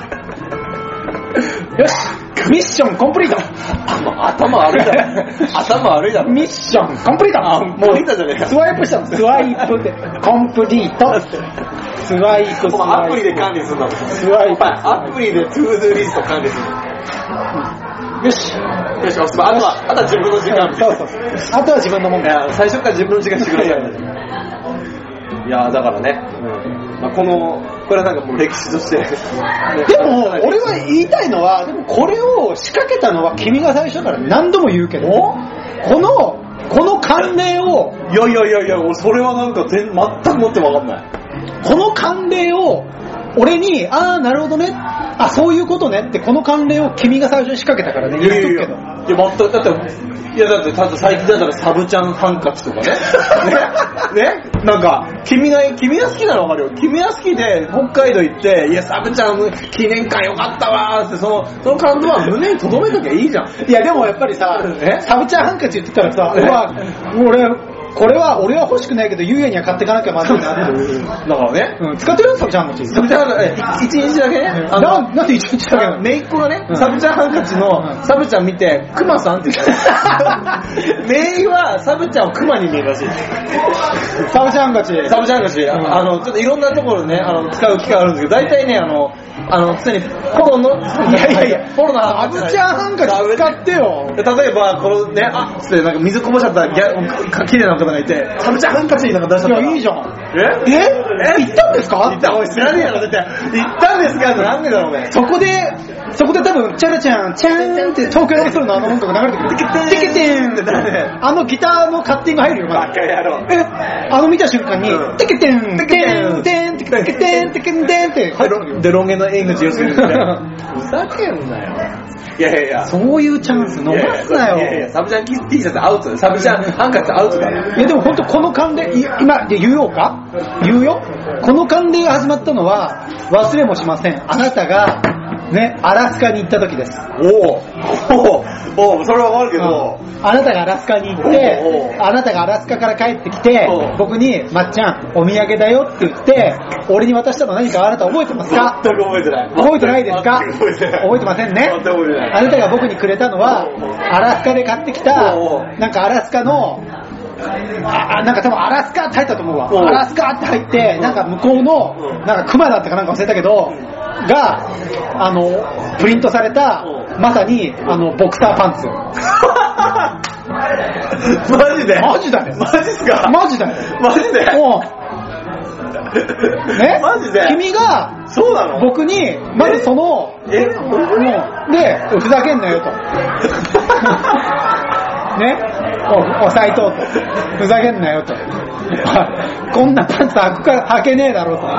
よし、ミッションコンプリート。 頭悪いだろ。頭悪いだろ。 ミッションコンプリート。 あ、もういいんだじゃねえか。 スワイプしたの。スワイプでコンプリート。スワイプ。 お前アプリで管理するんだもん。 スワイプ。 アプリでトゥードゥーリスト管理する。 よし。 よし、あとはあとは自分の時間。 そうそう。あとは自分のもんだ。 最初から自分の時間してください。いやだからね。まあ、このこれはなんかもう歴史として。 でも俺は言いたいのは、でもこれを仕掛けたのは君が最初だから何度も言うけど、このこの慣例をいやいやいやいや、それはなんか全全くもって分かんない。 この慣例を俺に、あーなるほどね、あ、そういうことねってこの関連を君が最初に仕掛けたからね、言っとくけど。 いや、全く、だって、いやだって、ただ最近だったらサブちゃんハンカチとかね。ねねなんか、君が、君が好きなの分かるよ。君が好きで、北海道行って、いや、サブちゃん記念館よかったわーって、その、その感動は胸に留めときゃいいじゃん。 いや、でもやっぱりさ、サブちゃんハンカチって言ったらさ、うわ、俺、これは俺は欲しくないけど、ゆうやには買っていかなきゃまずいなって。 だからね、 うん、使ってるよ、サブちゃんハンカチ。 サブちゃんハンカチ、一日だけね。 あの、なんで一日だけなの？ めいっ子がね、サブちゃんハンカチの、サブちゃん見て、クマさんって言っためいはサブちゃんをクマに見えるらしい。 サブちゃんハンカチ。 サブちゃんハンカチ、うん、あの、ちょっといろんなところでね、あの、使う機会あるんですけど、大体ね、あの、あの、常にポロの、 いやいやいや、 ポロのサブちゃんハンカチ使ってよ。 例えば、このね、あっつってなんか水こぼしちゃったギャ綺麗な方がいて、サブちゃんハンカチなんか出しちゃった。 いや、いいじゃん。 えええ行ったんですか？ 行った。おい、知らねえやろ、絶対。行ったんですかってなんでだろうね。 そこで、そこで多分、チャラちゃん、チャーンって東京ラブストーリーのあの音楽が流れてくる。テケテケテンってあのギターのカッティング入るよ、 バカ野郎。 え、あの見た瞬間に、テケテン、テケテン、テン、テケテン、テケテン、テケテンって入るよ。 デロンゲの縁口をするんだよ。ふざけんなよ。いやいやいや、 そういうチャンス逃すなよ。 いやいや、サブちゃん T シャツアウトだよ。サブちゃんハンカチアウトだよ。 いやでも本当この関連、今で言おうか言うよ。この関連が始まったのは忘れもしません。あなたがね、アラスカに行った時です。 おおおお、それはわかるけど、 うん、あなたがアラスカに行って、あなたがアラスカから帰ってきて、僕に、まっちゃん、お土産だよって言って、俺に渡したの何かあなた覚えてますか？ 全く覚えてない。 覚えてないですか？ 覚えてない。 覚えてませんね。 全く覚えてない。 あなたが僕にくれたのは、アラスカで買ってきた、なんかアラスカの、あ、なんか多分アラスカって入ったと思うわ。アラスカって入って、なんか向こうの、なんかクマだったかなんか忘れたけど、が、あの、プリントされた、まさに、あの、ボクサーパンツ。 マジで？ マジだよ。 マジっすか？ マジだよ。 マジで？ もう、ね？ マジで？ 君が、 そうなの？ 僕に、まずその、 え？ もう、で、ふざけんなよと。ね、お、お斎藤と、ふざけんなよと。こんなパンツ履くから履けねえだろうと。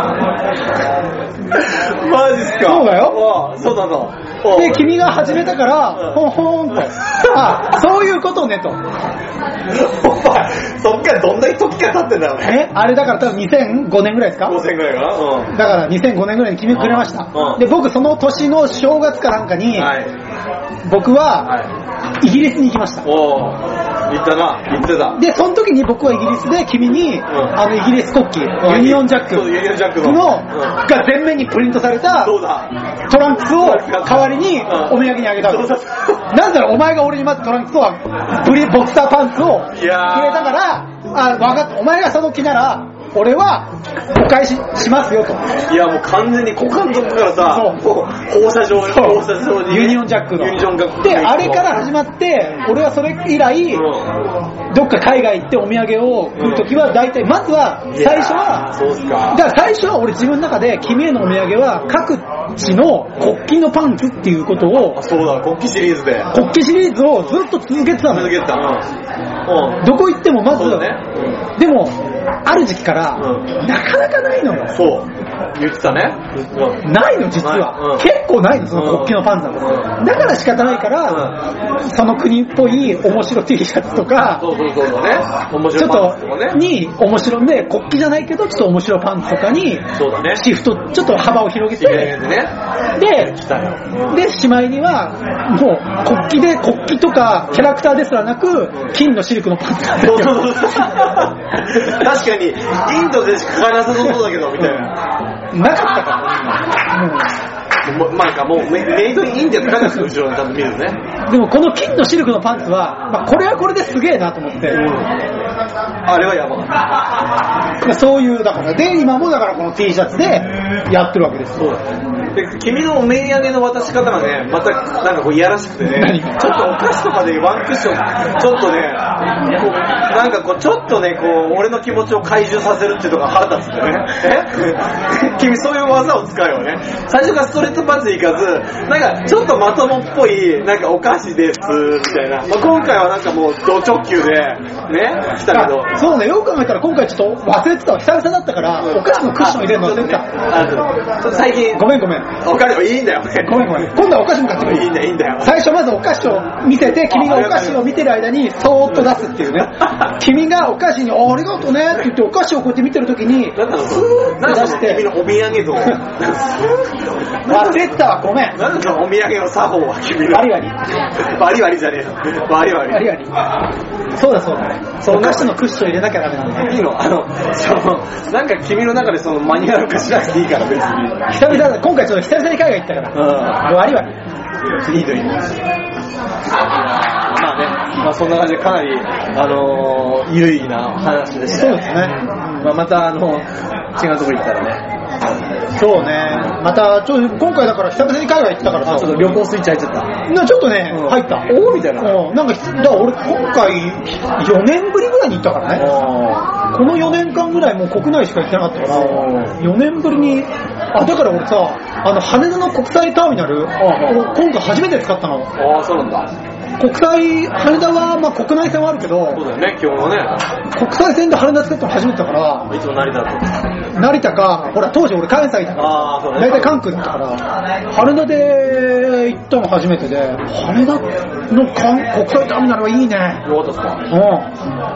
マジっすか？ そうだよ。 そうだの。 で、君が始めたから、ほんほんと。あ、そういうことねと。 お前、そっからどんだけ時が経ってんだよね。 え、あれだから多分にせんごねんぐらいですか？ ごせんぐらいかな。うん。 だからにせんごねんぐらいに君くれました。 うん。 で、僕その年の正月かなんかに、はい、僕は、はい、イギリスに行きました。 おー。言ったな、言ってた。 で、その時に僕はイギリスで君に、うん、あのイギリス国旗、ユニオンジャックの、が全面にプリントされたトランクスを代わりにお土産にあげたわけです。なんだろう、お前が俺にまずトランクスとブリボクサーパンツをくれたから、あ、分かった、お前がその気なら、俺はお返ししますよと。 いやもう完全に股間とかからさ、そう放射状に放射状に、ね、 ユニオンジャックのユニオンジャックで、あれから始まって俺はそれ以来、うん、どっか海外行ってお土産を食うときは大体まずは最初は、 そうすか、 だから最初は俺自分の中で君へのお土産は各地の国旗のパンツっていうことを、 あ、そうだ、国旗シリーズで国旗シリーズをずっと続けてたの。 続けてた、うん、 どこ行ってもまず、 ね、うん、 でもある時期から、うん、なかなかないのよ。 そう言ってたね、 うん、ないの実は、うん、結構ないのその国旗のパンツなんか、うん、だから仕方ないから、うん、その国っぽい面白 T シャツとか、 そうそうそうね、面白ちょっとに面白ね、国旗じゃないけどちょっと面白パンツとかに、 そうだね、 シフトちょっと幅を広げて、 ね、 ででしまいにはもう国旗で国旗とかキャラクターですらなく金のシルクのパンツがそうそうそう確かにインドでしか買えなさそうだけどみたいななかったからもうなんかもうメイドインインディアって書いてあるんですよ、後ろに多分見るね。 でもこの金のシルクのパンツは、まあ、これはこれですげえなと思って、うん、 あれはやばかった。 そういうだからで今もだからこの T シャツでやってるわけです。 そうだね。で君のお土産の渡し方がね、またなんかこういやらしくてね、ちょっとお菓子とかでワンクッションちょっとね、こうなんかこうちょっとねこう俺の気持ちを懐柔させるっていうのが腹立つってね。え君そういう技を使うよね。最初からストレートパンツいかず、なんかちょっとまともっぽいなんかお菓子ですみたいな。まあ、今回はなんかもうド直球でね来たけど。 そうね、よく考えたら今回ちょっと忘れてたわ。久々だったからお菓子のクッション入れるの忘れてた。 ちょっと最近ごめんごめん。 お菓子いいんだよね。 ごめんごめん。今度はお菓子も買ってくる。 いいんだよいいんだよ。 最初まずお菓子を見せて、君がお菓子を見てる間にそーっと出すっていうね。君がお菓子にありがとうねって言ってお菓子をこうやって見てるときに、スーッと出して。 君のお土産と忘れてたわ、ごめん。 なんでそのお土産の作法は君のバリバリ。 バリバリじゃねえの。バリバリ。 バリバリ。そうだそうだ。そのお菓子のクッション入れなきゃダメなんだ。 いいのあの、その、なんか君の中でそのマニュアル化しなくていいから別に。 久々だ、今回ちょっと久々に海外行ったから。うん。バリバリ。 いいといいまあね、まあそんな感じでかなり、あのー、有意義な話でした。 そうですね。 まあまたあの、違うとこ行ったらね。 そうね。また、ちょっと今回だから久々に海外行ったからさ。 ちょっと旅行スイッチ入っちゃった。 なちょっとね、うん、入った。 おーみたいな。 うん。なんか、だから俺今回よねんぶりぐらいに行ったからね。このよねんかんぐらいもう国内しか行ってなかったから、よねんぶりに、あ、だから俺さ、あの、羽田の国際ターミナル、今回初めて使ったの。 ああ、そうなんだ。 国際、羽田は、まあ国内線はあるけど、 そうだよね、今日はね。 国際線で羽田使ったの初めてだから、 いつも成田と。 成田か、ほら当時俺関西だから、 そうね、 大体関空だったから、羽田で行ったの初めてで、羽田の国際ターミナルはいいね。 よかったっすか？ うん。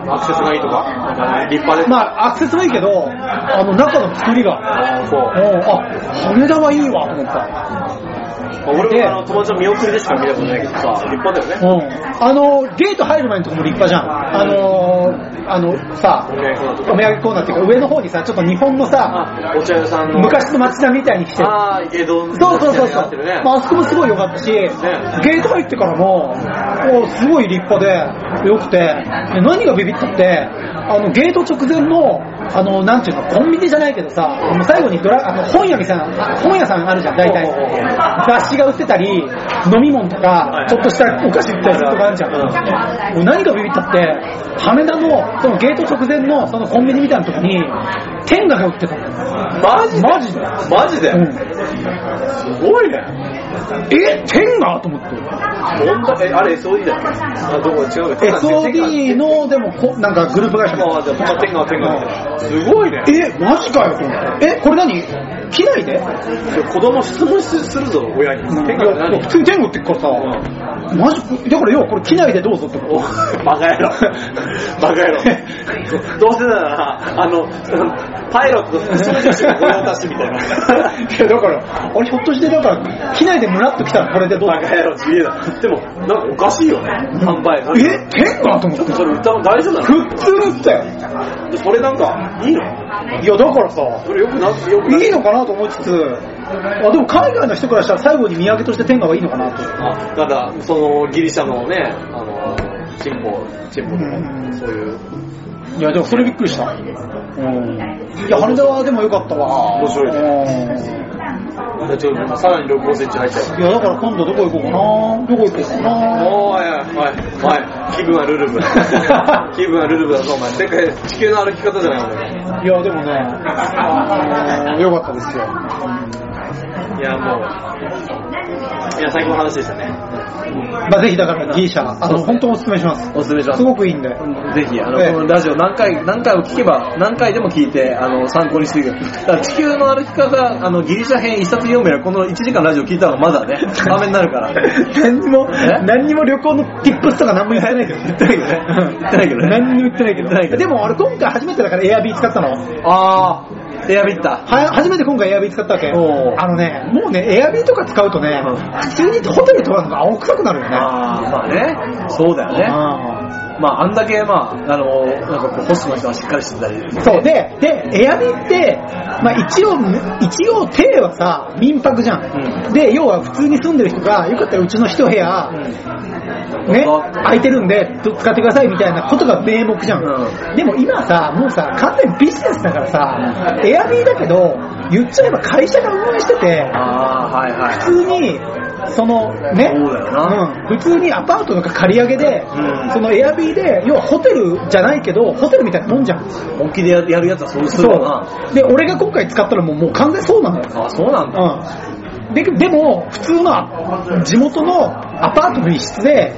アクセスがいいとか？立派で。 まあアクセスはいいけど、あの中の作りが、 あそう。 うん、あ、羽田はいいわと思った。 俺もあの友達の見送りでしか見たことないけどさ、立派だよね。 うん。あのゲート入る前のとこも立派じゃん。あのー、あのさ、お土産コーナーっていうか上の方にさ、ちょっと日本のさ、 お茶屋さんの昔の街並みみたいにしてる。 ああ、江戸のそうそうそうそう。 ね、 まああそこもすごい良かったし、ね、ゲート入ってからも、もうすごい立派で良くて、何がビビったって、あのゲート直前のあのなんていうのコンビニじゃないけどさ、あの最後にドラあの本屋みたいな本屋さんあるじゃん大体。雑誌が売ってたり飲み物とかちょっとしたお菓子売ったりするとかあるじゃん。もう何がビビったって羽田のそのゲート直前のそのコンビニみたいなとこに天下が売ってたの。 マジでマジでマジで、うん、すごいね。 え天下と思って。 えあれ エスオーディー だっけ？あどこ違うか。 エスオーディー のでもこなんかグループ会社あじゃあ天下天下すごいね。 えマジかよと思って。えこれ何？機内で？ 子供質問するぞ親に。 天下って何？普通に天下って言うからさ、うん、マジだから要はこれ機内でどうぞってこと。 バカ野郎バカ野郎どうせならあのパイロットと操縦士の御用達みたいな。 いやだからあれひょっとしてだから機内でムラっと来たらこれでどう？ バカ野郎ちげえだ。でもなんかおかしいよね。販売。 え天下と思って。 それ歌大丈夫なの？ 普通に売ったよ。 それなんかいいの？ いやだからさ、 それよくなよくいいのかなと思いつつ、あでも海外の人からしたら最後に土産として天下がいいのかなと。 あただそのギリシャのねあのチンポチンポとか、うん、そういう。 いやでもそれびっくりした。うん。いや羽田はでも良かったわ。 面白いね。ちょっとさらにろくごセンチ入っちゃう。 いやだから今度どこ行こうかな。どこ行こうかな。 おーいおいおい気分はルルブ。気分はルルブだぞお前。でかい地球の歩き方じゃないお前。 いやでもね、良かったですよ。 いやもういや最高の話でしたね。 まあぜひだからギリシャあの本当おすすめします。 おすすめします。 すごくいいんで。 ぜひあの、ええ、このラジオ何回何回を聞けば何回でも聞いてあの参考にしてください。地球の歩き方あのギリシャ編一冊読めばこのいちじかんラジオ聞いたらまだねためになるから。 何にも何にも旅行のティップスとか何も言ってないけど言ってないけどね。言ってないけどね。何にも言ってないけど。ないけどでも俺今回初めてだからエアビー使ったの。 ああ。エアビーったは初めて今回エアビー使ったわけ。あのねもうねエアビーとか使うとね、うん、普通にホテル取らるのが青臭くなるよね。 あまあねそうだよね。あまああんだけまああのなんかこうホストの人はしっかりしてたり、ね、 そうででエアビーってまあ一応一応手はさ民泊じゃん、うん、で要は普通に住んでる人がよかったらうちの一部屋、うんね、空いてるんで使ってくださいみたいなことが名目じゃん、うん、でも今さもうさ完全にビジネスだからさ、うん、エアビーだけど言っちゃえば会社が運営しててあ、はいはい、普通にそのねそうだよな、うん、普通にアパートとか借り上げで、うん、そのエアビーで要はホテルじゃないけどホテルみたいなもんじゃん。 本気でやるやつはそうするよな。 そうで俺が今回使ったのももう完全そうなのよ。 あそうなんだ、 うん、で, でも普通の地元のアパートの一室で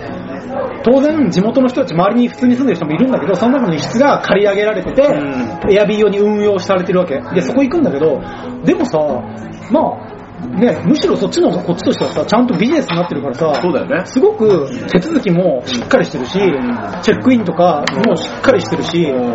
当然地元の人たち周りに普通に住んでる人もいるんだけど、その中の一室が借り上げられてて、うん、エアビー用に運用されてるわけで、そこ行くんだけど、でもさ、まあね、むしろそっちの方がこっちとしてはさ、ちゃんとビジネスになってるからさ、 そうだよね、 すごく手続きもしっかりしてるし、うん、チェックインとかもしっかりしてるし、うん、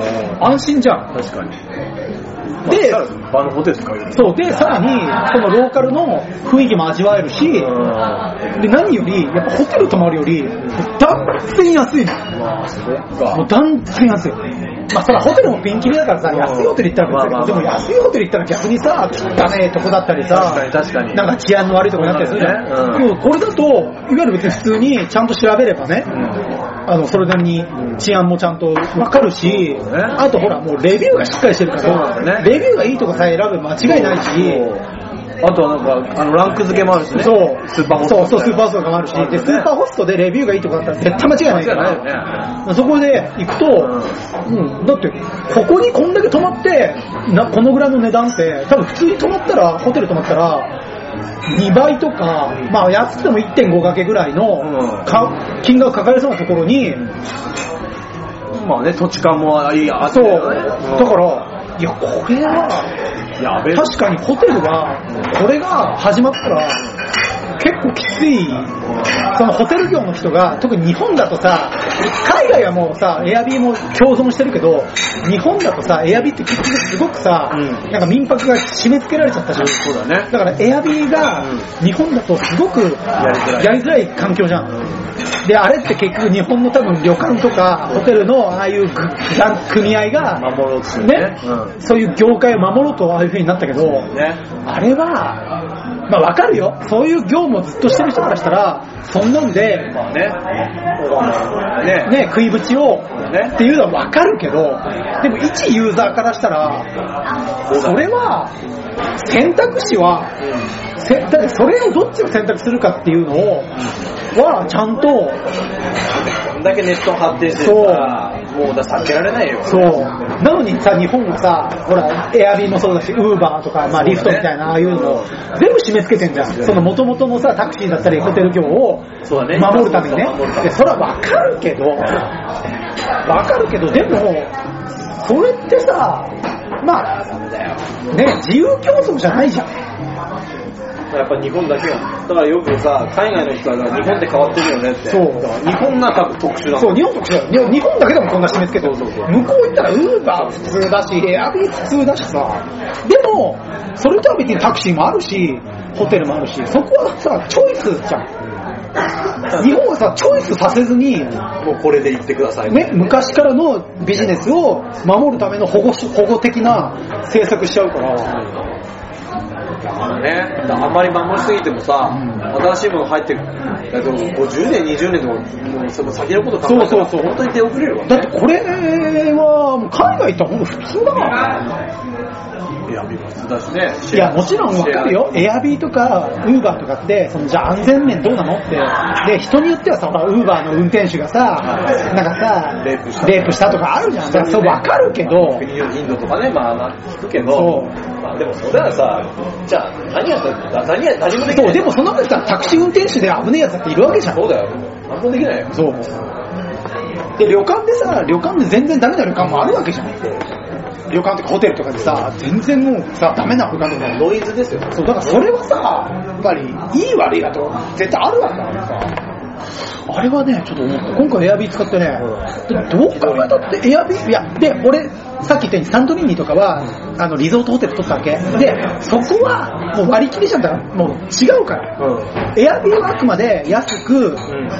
安心じゃん。 確かに。 で、 バのホテル使える。 そうで、さらにそのローカルの雰囲気も味わえるし、うん、で何よりやっぱホテル泊まるより断然安いの。 まあそれか。 もう断然安い。まあそらホテルもピンキリだからさ、安いホテル行ったら別に、まあまあまあ、でも安いホテル行ったら逆にさ、汚ねえとこだったりさ、 確かに確かに、 なんか治安の悪いとこになったりするじゃん。うん、でもこれだといわゆる別に普通にちゃんと調べればね、うん、あのそれなりに治安もちゃんとわかるし、うん、あとほらもうレビューがしっかりしてるから、そうなんだね、レビューがいいとこさえ選べば間違いないし。 あとはなんかあのランク付けもあるしね。 そう、スーパーホスト。そうそう、スーパーホストとかもあるし、でスーパーホストでレビューがいいとこだったら絶対間違いないから。ないよね。そこで行くと、うん、だってここにこんだけ泊まってなこのぐらいの値段って多分普通に泊まったらホテル泊まったらにばいとか、まあ安くても いってんご 掛けぐらいのか金額かかりそうなところに、 まあね土地勘もいいや。 そう。だからいやこれは。やべえ、確かにホテルはこれが始まったら結構きつい。そのホテル業の人が特に日本だとさ、海外はもうさエアビーも共存してるけど、日本だとさエアビーって結局すごくさ、うん、なんか民泊が締め付けられちゃったじゃん。 そうだね。 だからエアビーが日本だとすごくやりづらい環境じゃん。であれって結局日本の多分旅館とかホテルのああいう組合が守ろうとするね、うん、そういう業界を守ろうとああいう風になったけど、ね、あれはまあわかるよ。そういう業務をずっとしてる人からしたらそんなんで、まあねねね食いぶちを、ね、っていうのはわかるけど、でも一ユーザーからしたらそれは選択肢は、うん、せだってそれをどっちを選択するかっていうのをはちゃんとこんだけネット発展してるからもうだ避けられないよ。 そうなのにさ、日本はさほらエアビーもそうだしウーバーとか、まあ、リフトみたいなああいうのを全部締め付けてんじゃん。その元々のさタクシーだったりホテル業を守るためにね。でそれは分かるけど分かるけどでもそれってさまあね自由競争じゃないじゃん。 やっぱ日本だけがだからよくさ海外の人は日本って変わってるよねって。 そう日本が多分特殊だ。 そう日本特殊だよ。日本だけでもこんな締め付けてる。そうそうそう。向こう行ったらウーバー普通だしエアビー普通だしさ。でもそれとは別にタクシーもあるしホテルもあるし、そこはさチョイスじゃん。日本はさチョイスさせずにもうこれで行ってくださいね、昔からのビジネスを守るための保護保護的な政策しちゃうから。 だからね、あんまり守りすぎてもさ、うん、新しいもの入ってくる。だけどごじゅうねんにじゅうねんとかもうその先のこと考えたら本当に手遅れるわ、ね。 だってこれはもう海外行ったら本当普通だからね。 エアビーも普通だしね。 いやもちろんわかるよ。エアビーとかウーバーとかってそのじゃあ安全面どうなのってで人によってはさウーバーの運転手がさなんかさレイプしたレイプしたとかあるじゃん。そうわかるけど。 インドとかねまあ聞くけど。そうまあでもそれはさじゃあ何やったら何や何もできない。 そうでもその中でさタクシー運転手で危ねえやつだっているわけじゃん。 そうだよ。何もできないよ。 そう。で旅館でさ旅館で全然ダメな旅館もあるわけじゃん。旅館とかホテルとかでさ全然もうさダメな旅館とかノイズですよ。 そうだからそれはさやっぱりいい悪いだと絶対あるわけだからさ。あれはねちょっと思った。今回エアビー使ってね、うん、どう考えたってエアビーいやで俺さっき言ったようにサントリーニとかはあのリゾートホテル取ったわけでそこはもう割り切りじゃんだらもう違うから、うん、エアビーはあくまで安く、うん、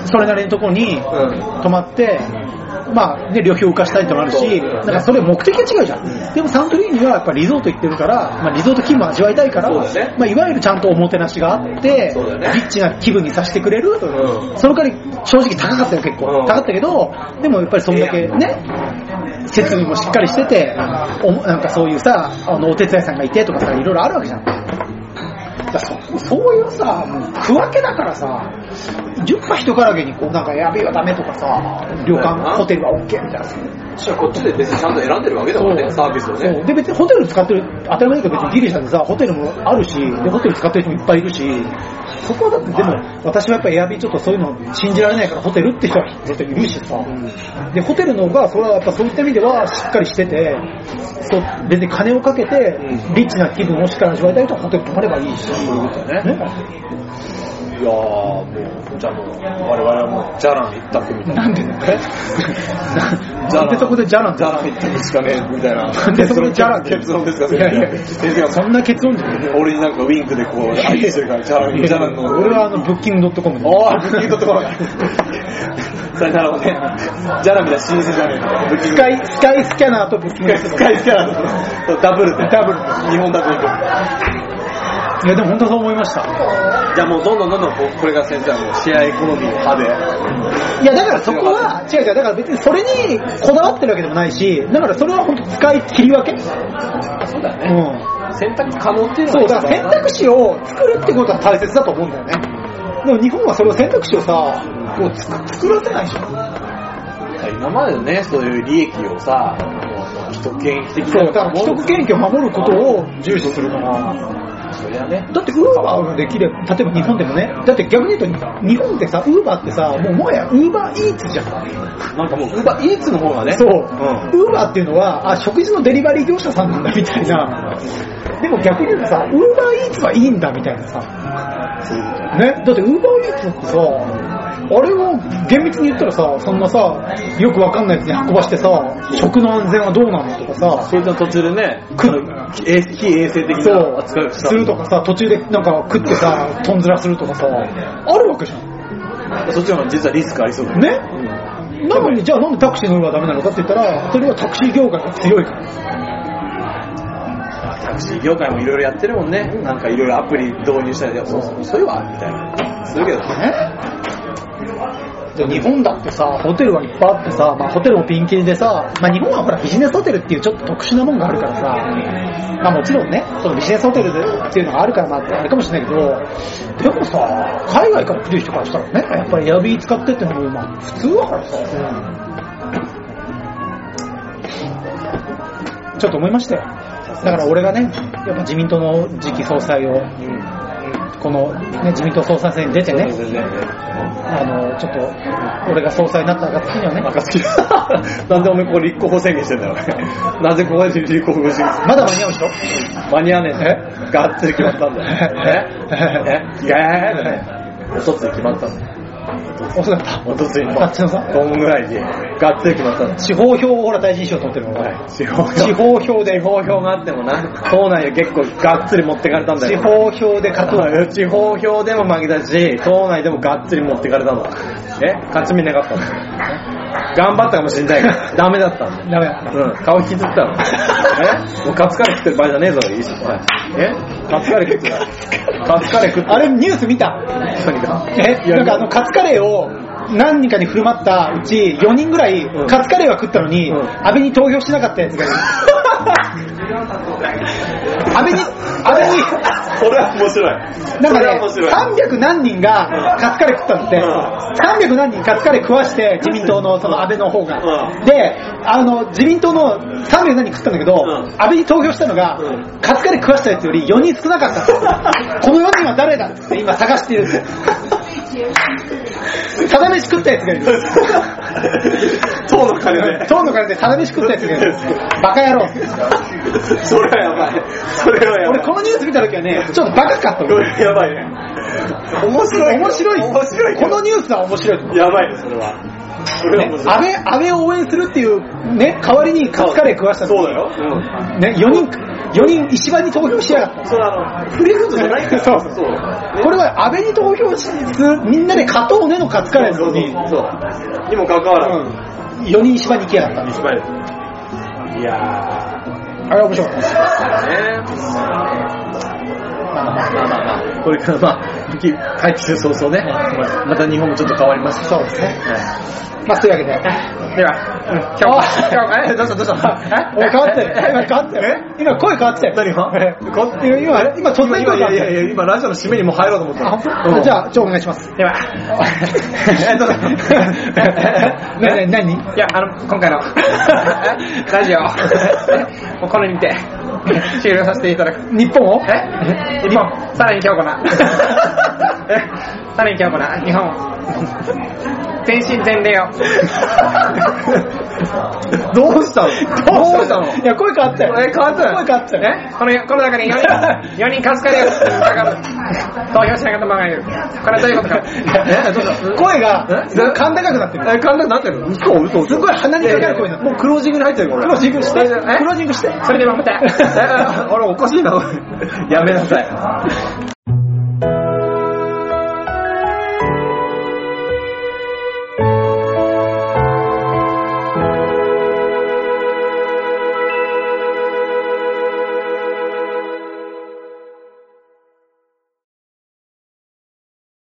それなりのところに泊まって、まあね、旅費を浮かしたいってのもあるし、だからそれ目的が違うじゃん、うん、でもサントリーニはやっぱリゾート行ってるから、まあ、リゾート気分を味わいたいから、ねまあ、いわゆるちゃんとおもてなしがあって、ね、リッチな気分にさせてくれる、うん、その代わり正直高かったよ結構、うん、高かったけどでもやっぱりそんだけね設備もしっかりしてておなんかそういうさあのお手伝いさんがいてとかさいろいろあるわけじゃん。だそそういうさもう区分けだからさじゅっぱ人からげにこうなんかエアビーはダメとかさ旅館ホテルは OK みたいなさじゃあこっちで別にちゃんと選んでるわけだもんねサービスをね。 そうで別にホテル使ってる当たり前だけど別にギリシャでさホテルもあるしでホテル使ってる人もいっぱいいるしそこはだってでも私はやっぱりエアビーちょっとそういうの信じられないからホテルって人は絶対いるしさ、うん、でホテルの方がそれはやっぱそういった意味ではしっかりしてて、そう別に金をかけてリッチな気分をしっかり味わいたいとホテル泊まればいいし、そういうことだね。ね、 いやーもうじゃあもう我々はもうジャラン一択みたいな。 なんでねなんでそこでジャランジャラン一択しかねえみたいな。 なんでそこでジャラン結論ですか。 いやいや先生はそんな結論じゃない。 俺になんかウィンクでこう相手してるからジャランジャランの。 俺はあのブッキングドットコムで。 ああブッキングドットコム。それなるほどね。ジャランみたいな老舗じゃねえ。スカイスカイスキャナーとブッキングスカイスキャナーとダブルでダブル日本ダブル。 いやでも本当そう思いました。 じゃあもうどんどんどんどんこれが先生はもう試合エコノミーの派で。 いやだからそこは違う違う、だから別にそれにこだわってるわけでもないし、だからそれは本当使い切り分け。 そうだね。 うん。 選択可能っていうのはそうだから選択肢を作るってことは大切だと思うんだよね。でも日本はそれを選択肢をさ、こう作らせないでしょ。 今までのねそういう利益をさ、もう既得権益的な。 そうだから既得権益を守ることを重視するから。 そりゃね、 だってウーバーができれば、例えば日本でもね、だって逆に言うと日本ってさ、ウーバーってさ、もうもはやウーバーイーツじゃん。 なんかもうウーバーイーツの方がね、 そう、うん、ウーバーっていうのはあ食事のデリバリー業者さんなんだみたいな。でも逆に言うとさ、ウーバーイーツはいいんだみたいなさ。そういうことね。だってウーバーイーツってさ、あれを厳密に言ったらさ、そんなさ、よくわかんないやつに運ばしてさ、食の安全はどうなのとかさ、 そういった途中でね、非衛生的な扱いをするとかさ、途中でなんか食ってさ、とんずらするとかさ、あるわけじゃん。 そっちの方が実はリスクありそうだよね。ね、うん、なのにじゃあなんでタクシーの方がダメなのかって言ったら、それはタクシー業界が強いから。 タクシー業界もいろいろやってるもんね。なんかいろいろアプリ導入したり、そうそうそういうわみたいなするけどね。 日本だってさ、ホテルはいっぱいあってさ、まあ、ホテルもピンキリでさ、まあ、日本はほらビジネスホテルっていうちょっと特殊なもんがあるからさ、まあ、もちろんね、そのビジネスホテルっていうのがあるからまああれかもしれないけど、でもさ、海外から来る人からしたらね、やっぱりエアビー使ってってのもまあ普通だからさ、うん、ちょっと思いましたよ。だから俺がね、やっぱ自民党の次期総裁を、この、ね、自民党総裁選に出てね、あのちょっと俺が総裁になった暁にはね、 暁なんでお前ここ立候補宣言してんだよなぜここで立候補してんの。 まだ間に合うでしょ。 間に合わねえね。がっつり決まったんだよ。ええええおとつい決まったんだよ。 遅かった。 おとついのあっちのさごふんぐらいにがっつり決まったんだよ。 地方票をほら大臣賞取ってるの、はい、 地方票地方票で地方票があってもな、党内で結構がっつり持ってかれたんだよ。 地方票で勝つ。 地方票でも負けたし、党内でもがっつり持ってかれたの。え勝ち目なかったんだよ。頑張ったかもしれないけどダメだったんだよ。 ダメだった。 うん、顔引きずったの。えもうカツカレー食ってる場合じゃねえぞ。いいしえカツカレー食ってた。カツカレー食ってた。 あれニュース見た。 何かえなんかあのカツカレーを何人かに振る舞ったうちよにんぐらいカツカレーは食ったのに、うん、安倍に投票しなかったやつがいる。安倍に安倍にこれは面白い。 なんかねさんびゃくなんにんがカツカレー食ったんだって、うん、さんびゃくなんにんカツカレー食わして自民党のその安倍の方が、うん、であの自民党のさんびゃくなんにん食ったんだけど、うん、安倍に投票したのが、うん、カツカレー食わしたやつよりよにん少なかった。このよにんは誰だって今探してる。ただ飯食ったやつがいる。 党の金で党の金でただ飯食ったやつがいる。バカ野郎。 それはやばい。それはやばい。 俺このニュース見た時はね、ちょっとバカかった。 やばいね。面白い。 面白い。 面白い。 このニュースは面白い。 やばいね、それは。それは面白い。 ね、安倍、安倍を応援するっていうね、代わりにカツカレー食わしたの。 そうだよ。うん、 ね、よにん、よにん石破に投票しやがった。 それあの、フリーフードじゃないから。 そうそう。これは安倍に投票する、みんなで勝とうねのカツカレーなのに。 そう。にもかかわらず、うん、よにん石破に行きやがった。 石破に。いやー。 あれ面白かったです。 ね。まあまあまあまあ、これからまあ、帰ってきて早々ね、また日本もちょっと変わります。 そうですね。まあ、そういうわけで。 では、うん、今日、今日、え、どうしたどうしたえ、変わってる。今変わってる。今声変わってる。 何が今、今、ちょっと今、いやいやいや、今、ラジオの締めにもう入ろうと思った。 じゃあ、じゃあお願いします。 では、え、どうぞ。 な、な、何？ いや、あの、今回の、ラジオ、もうこれにて、終了させていただく。 日本を？ え日本、さらに今日かな。 タレン京子な、日本。全身全霊を。 どうしたのどうしたのいや、声変わったよ。 え、変わったよ。 声変わったよ。 えこの、この中によにん、よにんカスカリを投票しなかった者がいる。これはどういうことか。 え、どうした声が、甲高くなってる。 え、簡単になってる嘘嘘すごい鼻にかかる声になってる。 もうクロージングに入ってるこれ。 クロージングして。 えクロージングして。 それでもまた。 え、あれおかしいな、やめなさい。